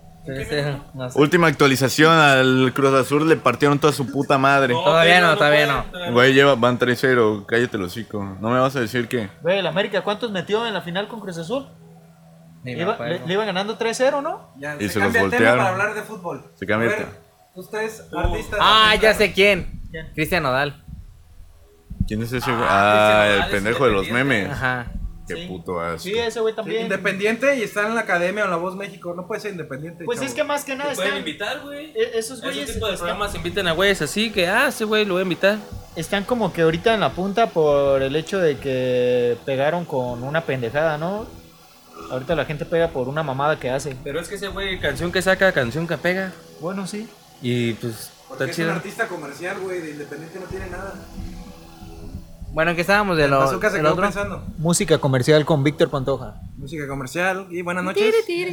No sé. Última actualización, al Cruz Azul le partieron toda su puta madre. Todavía no, todavía no. Güey, lleva, van tres cero, cállate el hocico. No me vas a decir que... Güey, el América, ¿cuántos metió en la final con Cruz Azul? Ni Le me iba, acuerdo. le, le iban ganando tres cero, ¿no? ya Y se, se los cambia el tema voltearon. para hablar de fútbol. Se cambia A el ver, tema. ustedes, artistas. Ah, ya artistas. sé quién. ¿Quién? Cristian Nodal. ¿Quién es ese güey? Ah, el pendejo de los memes. Ajá. Qué Sí. puto asco. Sí, ese güey Sí, también. independiente y está en la academia o en la Voz México. No puede ser independiente. Pues chavo. es que más que nada Te pueden están, invitar, güey. e- esos Ese güeyes tipo de están, programas inviten a güeyes así que, ah, ese güey lo voy a invitar. están como que ahorita en la punta por el hecho de que pegaron con una pendejada, ¿no? Ahorita la gente pega por una mamada que hace. Pero es que ese güey, canción que saca, canción que pega. Bueno, sí. Y pues, Porque está es un chido. artista comercial, güey. De independiente no tiene nada. Bueno, ¿en qué estábamos de lo, Bazooka se del quedó otro? pensando. Música comercial con Víctor Pantoja. Música comercial y buenas noches.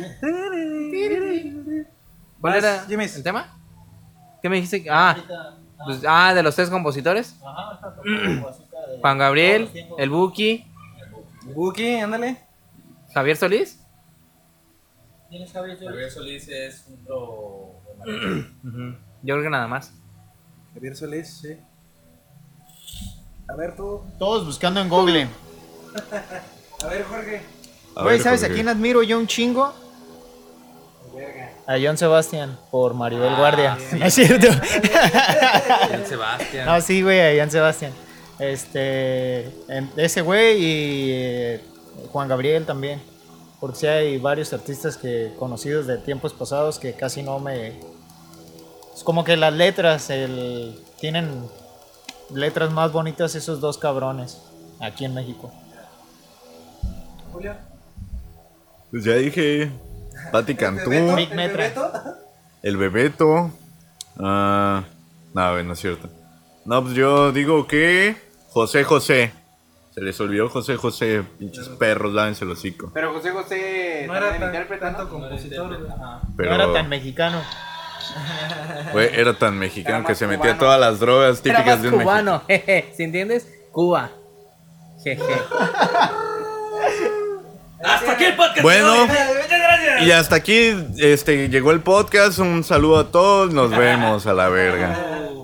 ¿Cuál Vas, era Jimis. el tema? ¿Qué me dijiste? Ah, pues, ah, de los tres compositores. Juan Gabriel, el Buki, Buki, ándale. Javier Solís. Javier Solís es un pro... Ujú. Yo creo que nada más. Javier Solís, sí. A ver tú. Todos buscando en Google. A ver, Jorge. A Güey, ver, ¿sabes a Jorge. quién admiro yo un chingo? A John Sebastián por Maribel Guardia. No es cierto. El Sebastián. No, sí, güey, a John Sebastián. Este, en- ese güey y eh, Juan Gabriel también. Porque sí hay varios artistas que conocidos de tiempos pasados que casi no me... Es como que las letras, el, tienen letras más bonitas esos dos cabrones aquí en México. Julio. Pues ya dije. Patti Cantú, ¿Bebeto? Big ¿El Metra. Bebeto? el Bebeto. Ah, no, güey, no es cierto. No, pues yo digo que José José. Se les olvidó José José, pinches perros, lávense el hocico. Pero José José No era tan, tanto compositor, güey. Pero, No era tan mexicano. güey, era tan mexicano Era que más se metía cubano. todas las drogas Era típicas más de un mexicano. cubano, jeje, ¿sí entiendes? Cuba. Jeje. Hasta aquí el podcast. Bueno, Muchas gracias. y hasta aquí este, llegó el podcast. Un saludo a todos. Nos vemos a la verga.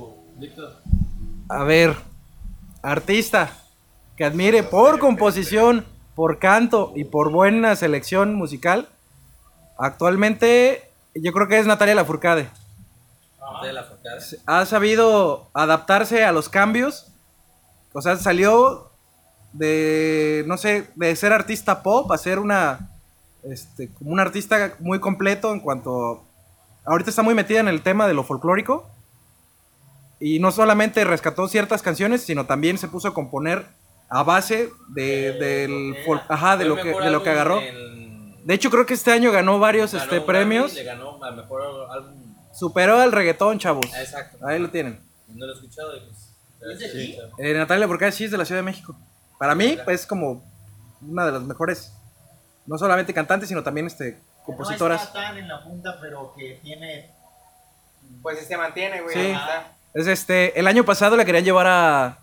A ver, artista que admire por composición, por canto y por buena selección musical. Actualmente, yo creo que es Natalia Lafourcade. De la Focada. Ha sabido adaptarse a los cambios. O sea, salió de, no sé, de ser artista pop a ser una, este, como un artista muy completo en cuanto... Ahorita está muy metida en el tema de lo folclórico. Y no solamente rescató ciertas canciones, sino también se puso a componer a base de, del fol- ajá, de lo que, de lo que agarró. De hecho, creo que este año ganó varios este, premios. Le ganó al mejor álbum. Superó al reggaetón, chavos. Exacto. Ahí lo tienen. No lo he escuchado y pues. ¿Es de aquí? Eh, Natalia Lafourcade sí es de la Ciudad de México. Para mí, pues, es como una de las mejores, no solamente cantantes, sino también este, compositoras. No está tan en la punta, pero que tiene... Pues se mantiene, güey. Sí. ahí está. Es este, el año pasado la querían llevar a,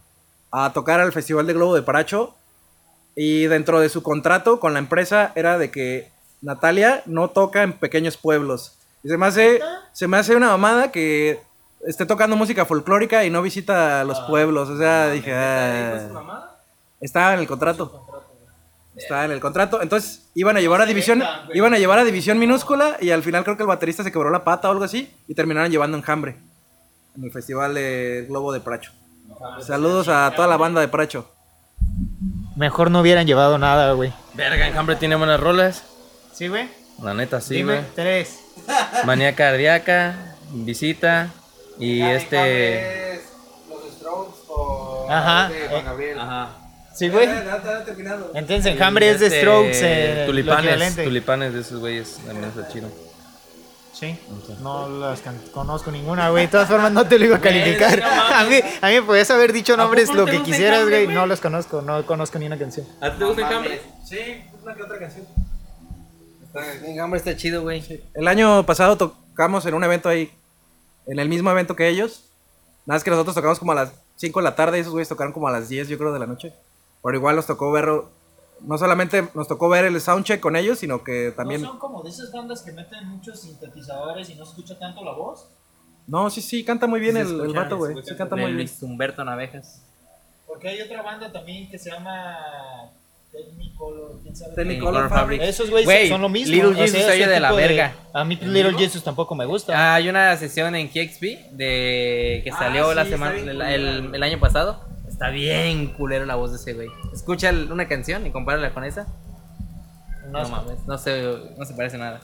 a tocar al Festival de Globo de Paracho. Y dentro de su contrato con la empresa era de que Natalia no toca en pequeños pueblos. Y se me hace, se me hace una mamada que esté tocando música folclórica y no visita los pueblos. O sea, dije, ah, estaba en el contrato. Estaba en el contrato. Entonces iban a llevar a división, iban a llevar a división minúscula y al final creo que el baterista se quebró la pata o algo así y terminaron llevando Enjambre en el Festival de Globo de Paracho. Saludos a toda la banda de Paracho. Mejor no hubieran llevado nada, güey. Verga, Enjambre tiene buenas rolas. ¿Sí, güey? La neta, sí, Dime, güey. tres. Manía Cardíaca, Visita y este... Los Strokes o Ajá, de eh, Juan Gabriel. Ajá. Sí, güey. terminado. Entonces, Enjambre es de Este, Strokes. Eh, lo tulipanes, equivalente. tulipanes de esos güeyes. También está chido. Sí, no las can- conozco ninguna, güey. De todas formas, no te lo iba a calificar. A mí, a mí me podías haber dicho nombres poco lo te que gusta quisieras, Enjambre, güey. güey? No los conozco, no conozco ni una canción. ¿A ti te gusta Enjambre? Sí, una que otra canción. Enjambre está chido, güey. El año pasado tocamos en un evento ahí, en el mismo evento que ellos. Nada más que nosotros tocamos como a las cinco de la tarde y esos güeyes tocaron como a las diez, yo creo, de la noche. Pero igual nos tocó ver, no solamente nos tocó ver el soundcheck con ellos, sino que también... ¿No son como de esas bandas que meten muchos sintetizadores y no se escucha tanto la voz? No, sí, sí, canta muy bien Sí, el, se el escucha, vato, se güey. escucha. Sí, canta muy bien. Luis Humberto Navejas. Porque hay otra banda también que se llama Technicolor, quién sabe. Technicolor Color Fabric. Esos güeyes Güey, son lo mismo. Little o sea, Jesus ese se oye de la tipo verga. A mí Little Jesus tampoco me gusta. Ah, hay una sesión en K X P de que Ah, salió sí, la está semana bien el, culera, el- güey. el año pasado. Está bien culero la voz de ese güey. Escucha el- una canción y compárala con esa. No, No mames, no se, no se parece nada.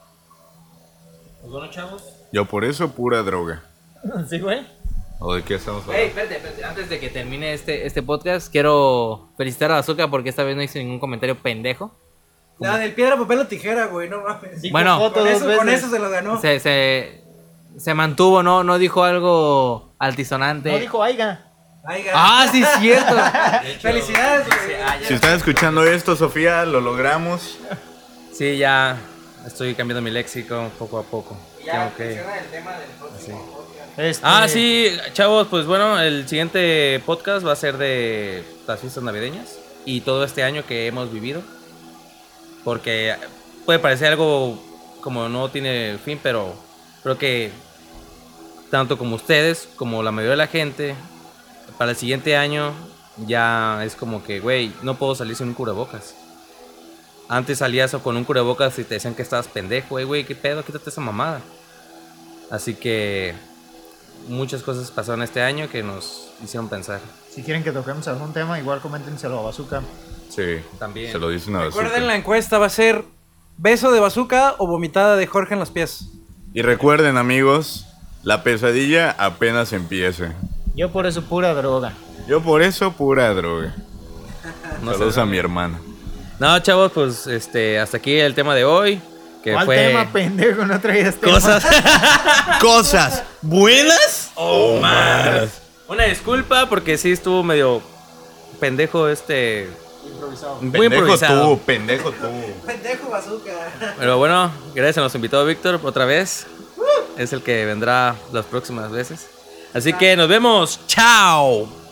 Pues bueno, chavos. Yo por eso pura droga. Sí, güey. ¿O de qué estamos Hey, hablando? espérate, espérate. Antes de que termine este, este podcast, quiero felicitar a Bazooka porque esta vez no hizo ningún comentario pendejo. La del piedra, papel o tijera, güey, no mames. Dijo Bueno, foto Con dos eso, con veces. eso se lo ganó. Se, se, se mantuvo, ¿no? No dijo algo altisonante. No dijo Aiga. Ay, ga- Ah, sí, es cierto. Felicidades, güey. Si están escuchando esto, Sofía, lo logramos. Sí, ya estoy cambiando mi léxico poco a poco. Tengo que- el tema del próximo. Este, Ah, sí, chavos, pues bueno, el siguiente podcast va a ser de las fiestas navideñas y todo este año que hemos vivido. Porque puede parecer algo como no tiene fin, pero creo que tanto como ustedes, como la mayoría de la gente, para el siguiente año ya es como que, güey, no puedo salir sin un cubrebocas. Antes salías con un cubrebocas y te decían que estabas pendejo, güey, güey, qué pedo, quítate esa mamada. Así que muchas cosas pasaron este año que nos hicieron pensar. Si quieren que toquemos algún tema, igual coméntenselo a Bazooka. Sí, También. se lo dice una Recuerden, bazooka. la encuesta va a ser beso de bazooka o vomitada de Jorge en los pies. Y recuerden, amigos, la pesadilla apenas empieza. Yo por eso pura droga. Yo por eso pura droga. No sé. Saludos a mi hermana. No, chavos, pues este, hasta aquí el tema de hoy. Que ¿Cuál fue tema, pendejo? No traías tema. cosas. Cosas buenas o malas. Una disculpa porque sí estuvo medio pendejo este. Muy Pendejo improvisado. tú, pendejo tú. Pendejo bazooka. Pero bueno, gracias a nuestro invitado Víctor otra vez. Es el que vendrá las próximas veces. Así que nos vemos. Chao.